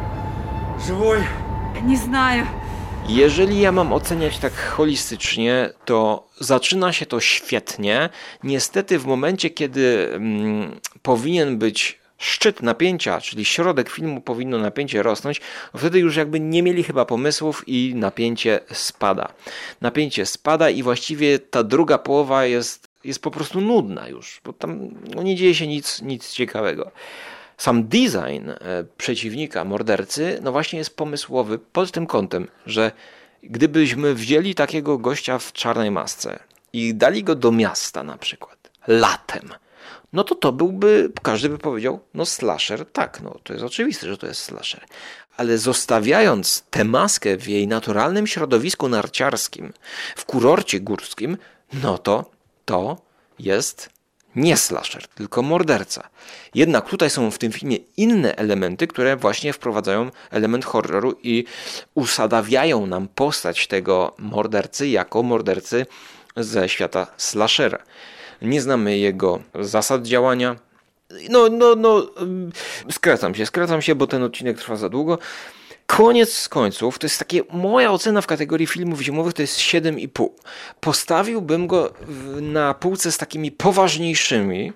Живой? Не знаю. Jeżeli ja mam oceniać tak holistycznie, to zaczyna się to świetnie. Niestety w momencie, kiedy mm, powinien być szczyt napięcia, czyli środek filmu, powinno napięcie rosnąć, wtedy już jakby nie mieli chyba pomysłów i napięcie spada. Napięcie spada i właściwie ta druga połowa jest, jest po prostu nudna już, bo tam no, nie dzieje się nic, nic ciekawego. Sam design e, przeciwnika, mordercy, no właśnie jest pomysłowy pod tym kątem, że gdybyśmy wzięli takiego gościa w czarnej masce i dali go do miasta na przykład, latem, no to to byłby, każdy by powiedział, no slasher, tak, no to jest oczywiste, że to jest slasher. Ale zostawiając tę maskę w jej naturalnym środowisku narciarskim, w kurorcie górskim, no to to jest nie slasher, tylko morderca. Jednak tutaj są w tym filmie inne elementy, które właśnie wprowadzają element horroru i usadawiają nam postać tego mordercy jako mordercy ze świata slashera. Nie znamy jego zasad działania. No, no, no, skracam się, skracam się, bo ten odcinek trwa za długo. Koniec z końców, to jest takie, moja ocena w kategorii filmów zimowych to jest siedem i pół. Postawiłbym go na półce z takimi poważniejszymi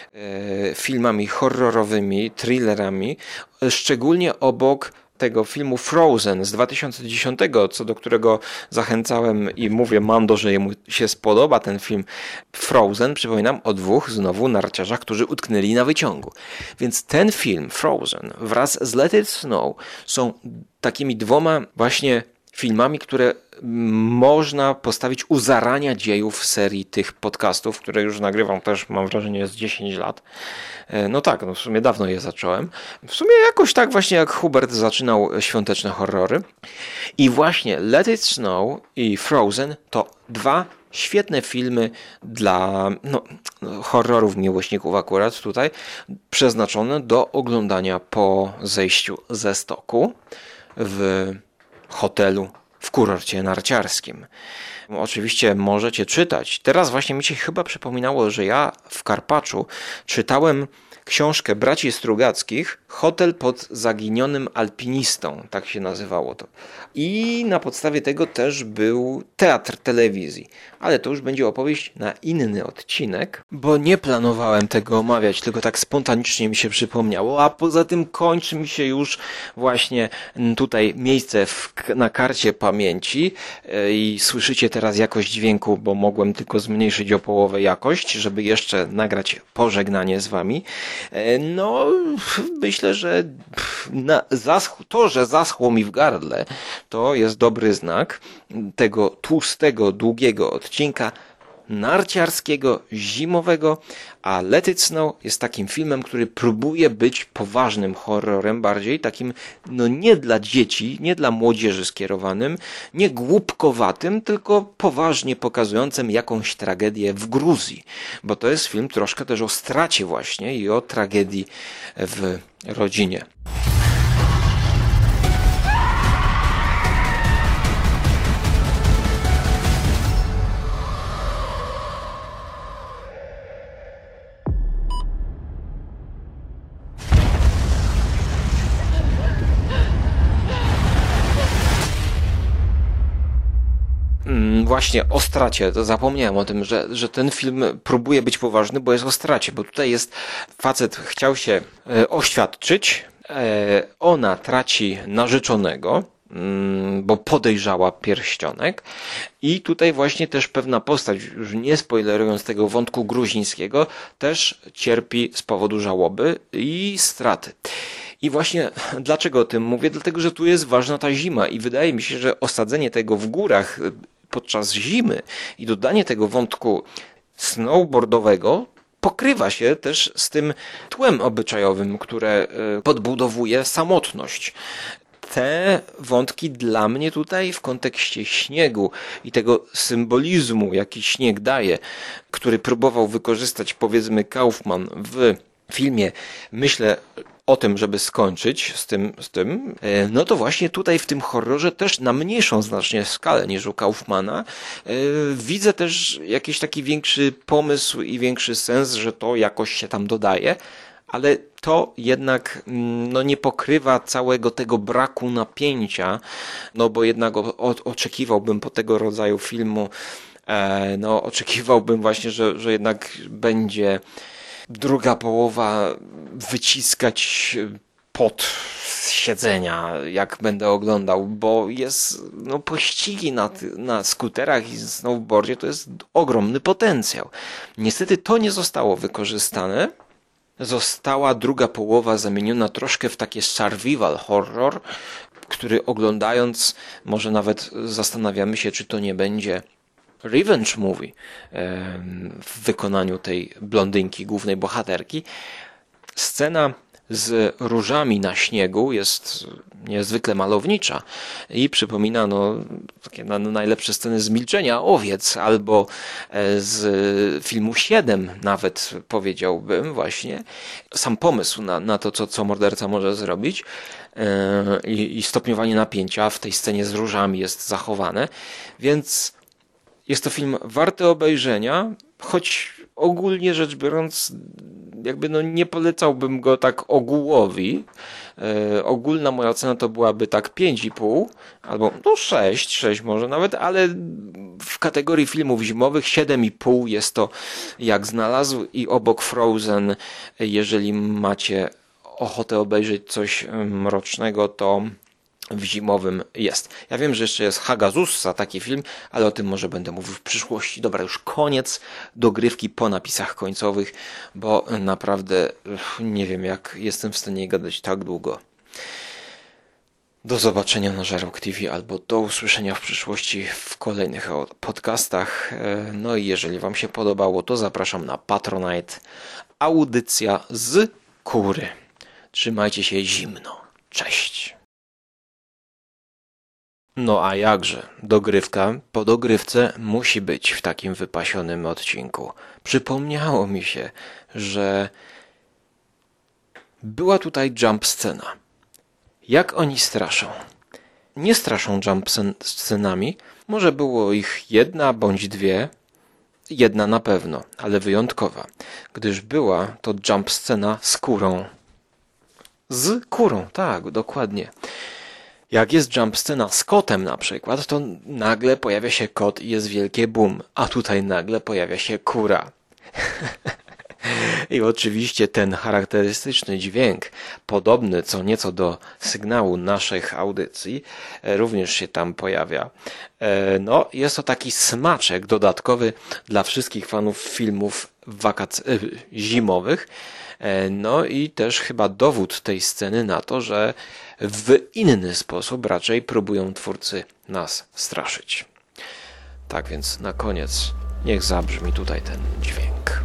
e, filmami horrorowymi, thrillerami, szczególnie obok tego filmu Frozen z dwa tysiące dziesiątego, co do którego zachęcałem i mówię Mando, że jemu się spodoba ten film Frozen. Przypominam o dwóch znowu narciarzach, którzy utknęli na wyciągu. Więc ten film Frozen wraz z Let It Snow są takimi dwoma właśnie filmami, które można postawić u zarania dziejów serii tych podcastów, które już nagrywam też, mam wrażenie, jest dziesięć lat. No tak, no w sumie dawno je zacząłem. W sumie jakoś tak właśnie jak Hubert zaczynał świąteczne horrory. I właśnie Let It Snow i Frozen to dwa świetne filmy dla no, horrorów miłośników akurat tutaj, przeznaczone do oglądania po zejściu ze stoku w hotelu w kurorcie narciarskim. Oczywiście możecie czytać. Teraz właśnie mi się chyba przypominało, że ja w Karpaczu czytałem książkę braci Strugackich Hotel pod zaginionym alpinistą, tak się nazywało to. I na podstawie tego też był teatr telewizji. Ale to już będzie opowieść na inny odcinek, bo nie planowałem tego omawiać, tylko tak spontanicznie mi się przypomniało, a poza tym kończy mi się już właśnie tutaj miejsce w, na karcie pamięci i słyszycie teraz jakość dźwięku, bo mogłem tylko zmniejszyć o połowę jakość, żeby jeszcze nagrać pożegnanie z wami. No, myślę, że na, zaschł, to, że zaschło mi w gardle, to jest dobry znak tego tłustego, długiego odcinka. narciarskiego, zimowego, a Let It Snow jest takim filmem, który próbuje być poważnym horrorem, bardziej takim, no nie dla dzieci, nie dla młodzieży skierowanym, nie głupkowatym, tylko poważnie pokazującym jakąś tragedię w Gruzji, bo to jest film troszkę też o stracie właśnie i o tragedii w rodzinie. Właśnie o stracie, to zapomniałem o tym, że, że ten film próbuje być poważny, bo jest o stracie, bo tutaj jest facet chciał się e, oświadczyć, e, ona traci narzeczonego, mm, bo podejrzała pierścionek i tutaj właśnie też pewna postać, już nie spoilerując tego wątku gruzińskiego, też cierpi z powodu żałoby i straty. I właśnie dlaczego o tym mówię? Dlatego, że tu jest ważna ta zima i wydaje mi się, że osadzenie tego w górach podczas zimy i dodanie tego wątku snowboardowego pokrywa się też z tym tłem obyczajowym, które podbudowuje samotność. Te wątki dla mnie tutaj w kontekście śniegu i tego symbolizmu, jaki śnieg daje, który próbował wykorzystać, powiedzmy, Kaufman w filmie, myślę o tym, żeby skończyć z tym, z tym, no to właśnie tutaj w tym horrorze też na mniejszą znacznie skalę niż u Kaufmana widzę też jakiś taki większy pomysł i większy sens, że to jakoś się tam dodaje, ale to jednak no, nie pokrywa całego tego braku napięcia, no bo jednak o, o, oczekiwałbym po tego rodzaju filmu, e, no oczekiwałbym właśnie, że, że jednak będzie druga połowa wyciskać pot z siedzenia, jak będę oglądał, bo jest, no pościgi na, na skuterach i snowboardzie to jest ogromny potencjał. Niestety to nie zostało wykorzystane. Została druga połowa zamieniona troszkę w takie survival horror, który oglądając może nawet zastanawiamy się, czy to nie będzie revenge movie w wykonaniu tej blondynki, głównej bohaterki. Scena z różami na śniegu jest niezwykle malownicza i przypomina no, takie no, najlepsze sceny z Milczenia owiec albo z filmu siedem nawet powiedziałbym właśnie. Sam pomysł na, na to, co, co morderca może zrobić i, i stopniowanie napięcia w tej scenie z różami jest zachowane, więc jest to film warty obejrzenia, choć ogólnie rzecz biorąc jakby no nie polecałbym go tak ogółowi. E, ogólna moja ocena to byłaby tak pięć i pół albo no sześć, sześć może nawet, ale w kategorii filmów zimowych siedem i pół jest to jak znalazł i obok Frozen, jeżeli macie ochotę obejrzeć coś mrocznego, to w zimowym jest. Ja wiem, że jeszcze jest Hagazussa, taki film, ale o tym może będę mówił w przyszłości. Dobra, już koniec dogrywki po napisach końcowych, bo naprawdę nie wiem, jak jestem w stanie gadać tak długo. Do zobaczenia na Żarłok T V albo do usłyszenia w przyszłości w kolejnych podcastach. No i jeżeli wam się podobało, to zapraszam na Patronite. Audycja z kury. Trzymajcie się zimno. Cześć. No a jakże, dogrywka po dogrywce musi być w takim wypasionym odcinku. Przypomniało mi się, że była tutaj jump scena. Jak oni straszą? Nie straszą jump scenami, może było ich jedna bądź dwie, jedna na pewno, ale wyjątkowa, gdyż była to jump scena z kurą. Z kurą, tak, dokładnie. Jak jest jump scena z kotem na przykład, to nagle pojawia się kot i jest wielkie boom, a tutaj nagle pojawia się kura. I oczywiście ten charakterystyczny dźwięk, podobny co nieco do sygnału naszych audycji, również się tam pojawia. No, jest to taki smaczek dodatkowy dla wszystkich fanów filmów wakac- zimowych. No i też chyba dowód tej sceny na to, że w inny sposób raczej próbują twórcy nas straszyć. Tak więc na koniec Niech zabrzmi tutaj ten dźwięk.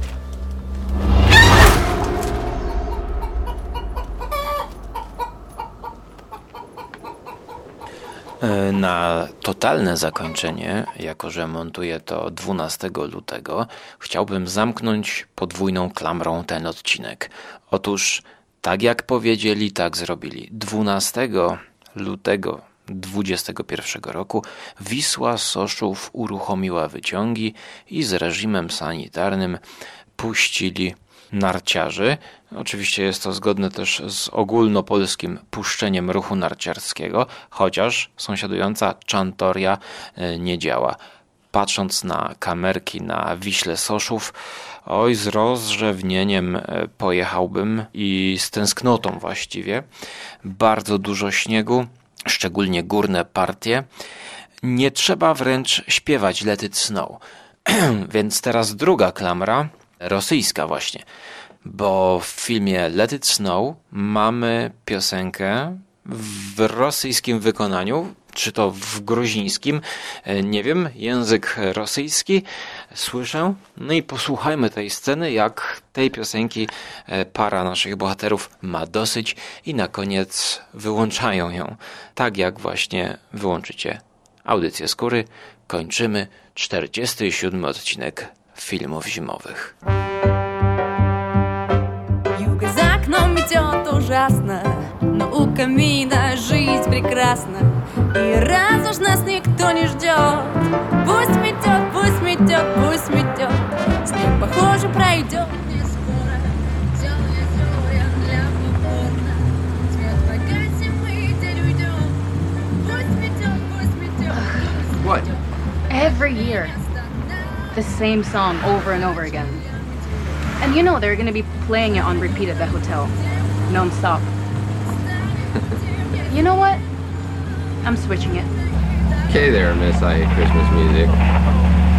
Na totalne zakończenie, jako że montuję to dwunastego lutego, chciałbym zamknąć podwójną klamrą ten odcinek. Otóż, tak jak powiedzieli, tak zrobili. dwunastego lutego dwudziestego pierwszego roku Wisła Soszów uruchomiła wyciągi i z reżimem sanitarnym puścili narciarzy. Oczywiście jest to zgodne też z ogólnopolskim puszczeniem ruchu narciarskiego, chociaż sąsiadująca Czantoria nie działa. Patrząc na kamerki na Wiśle Soszów, oj, z rozrzewnieniem pojechałbym i z tęsknotą właściwie. Bardzo dużo śniegu, szczególnie górne partie. Nie trzeba wręcz śpiewać Let It Snow. Więc teraz druga klamra, rosyjska właśnie, bo w filmie Let It Snow mamy piosenkę w rosyjskim wykonaniu, czy to w gruzińskim, nie wiem, język rosyjski słyszę. No i posłuchajmy tej sceny, jak tej piosenki para naszych bohaterów ma dosyć i na koniec wyłączają ją. Tak jak właśnie wyłączycie audycję Skóry, kończymy czterdziesty siódmy odcinek Filmów Zimowych. Юг за окном метет ужасно, но у камина жизнь прекрасна. И раз уж нас никто не ждет, пусть метет, пусть метет, пусть метет. Снег, похоже, пройдет не скоро. Теплая зоря для покорна. Свет погасим, мы день уйдем. Пусть метет, пусть метет. What? Every year, the same song over and over again. And you know they're going to be playing it on repeat at the hotel, non-stop. You know what? I'm switching it. Okay there, Miss I Hate Christmas Music.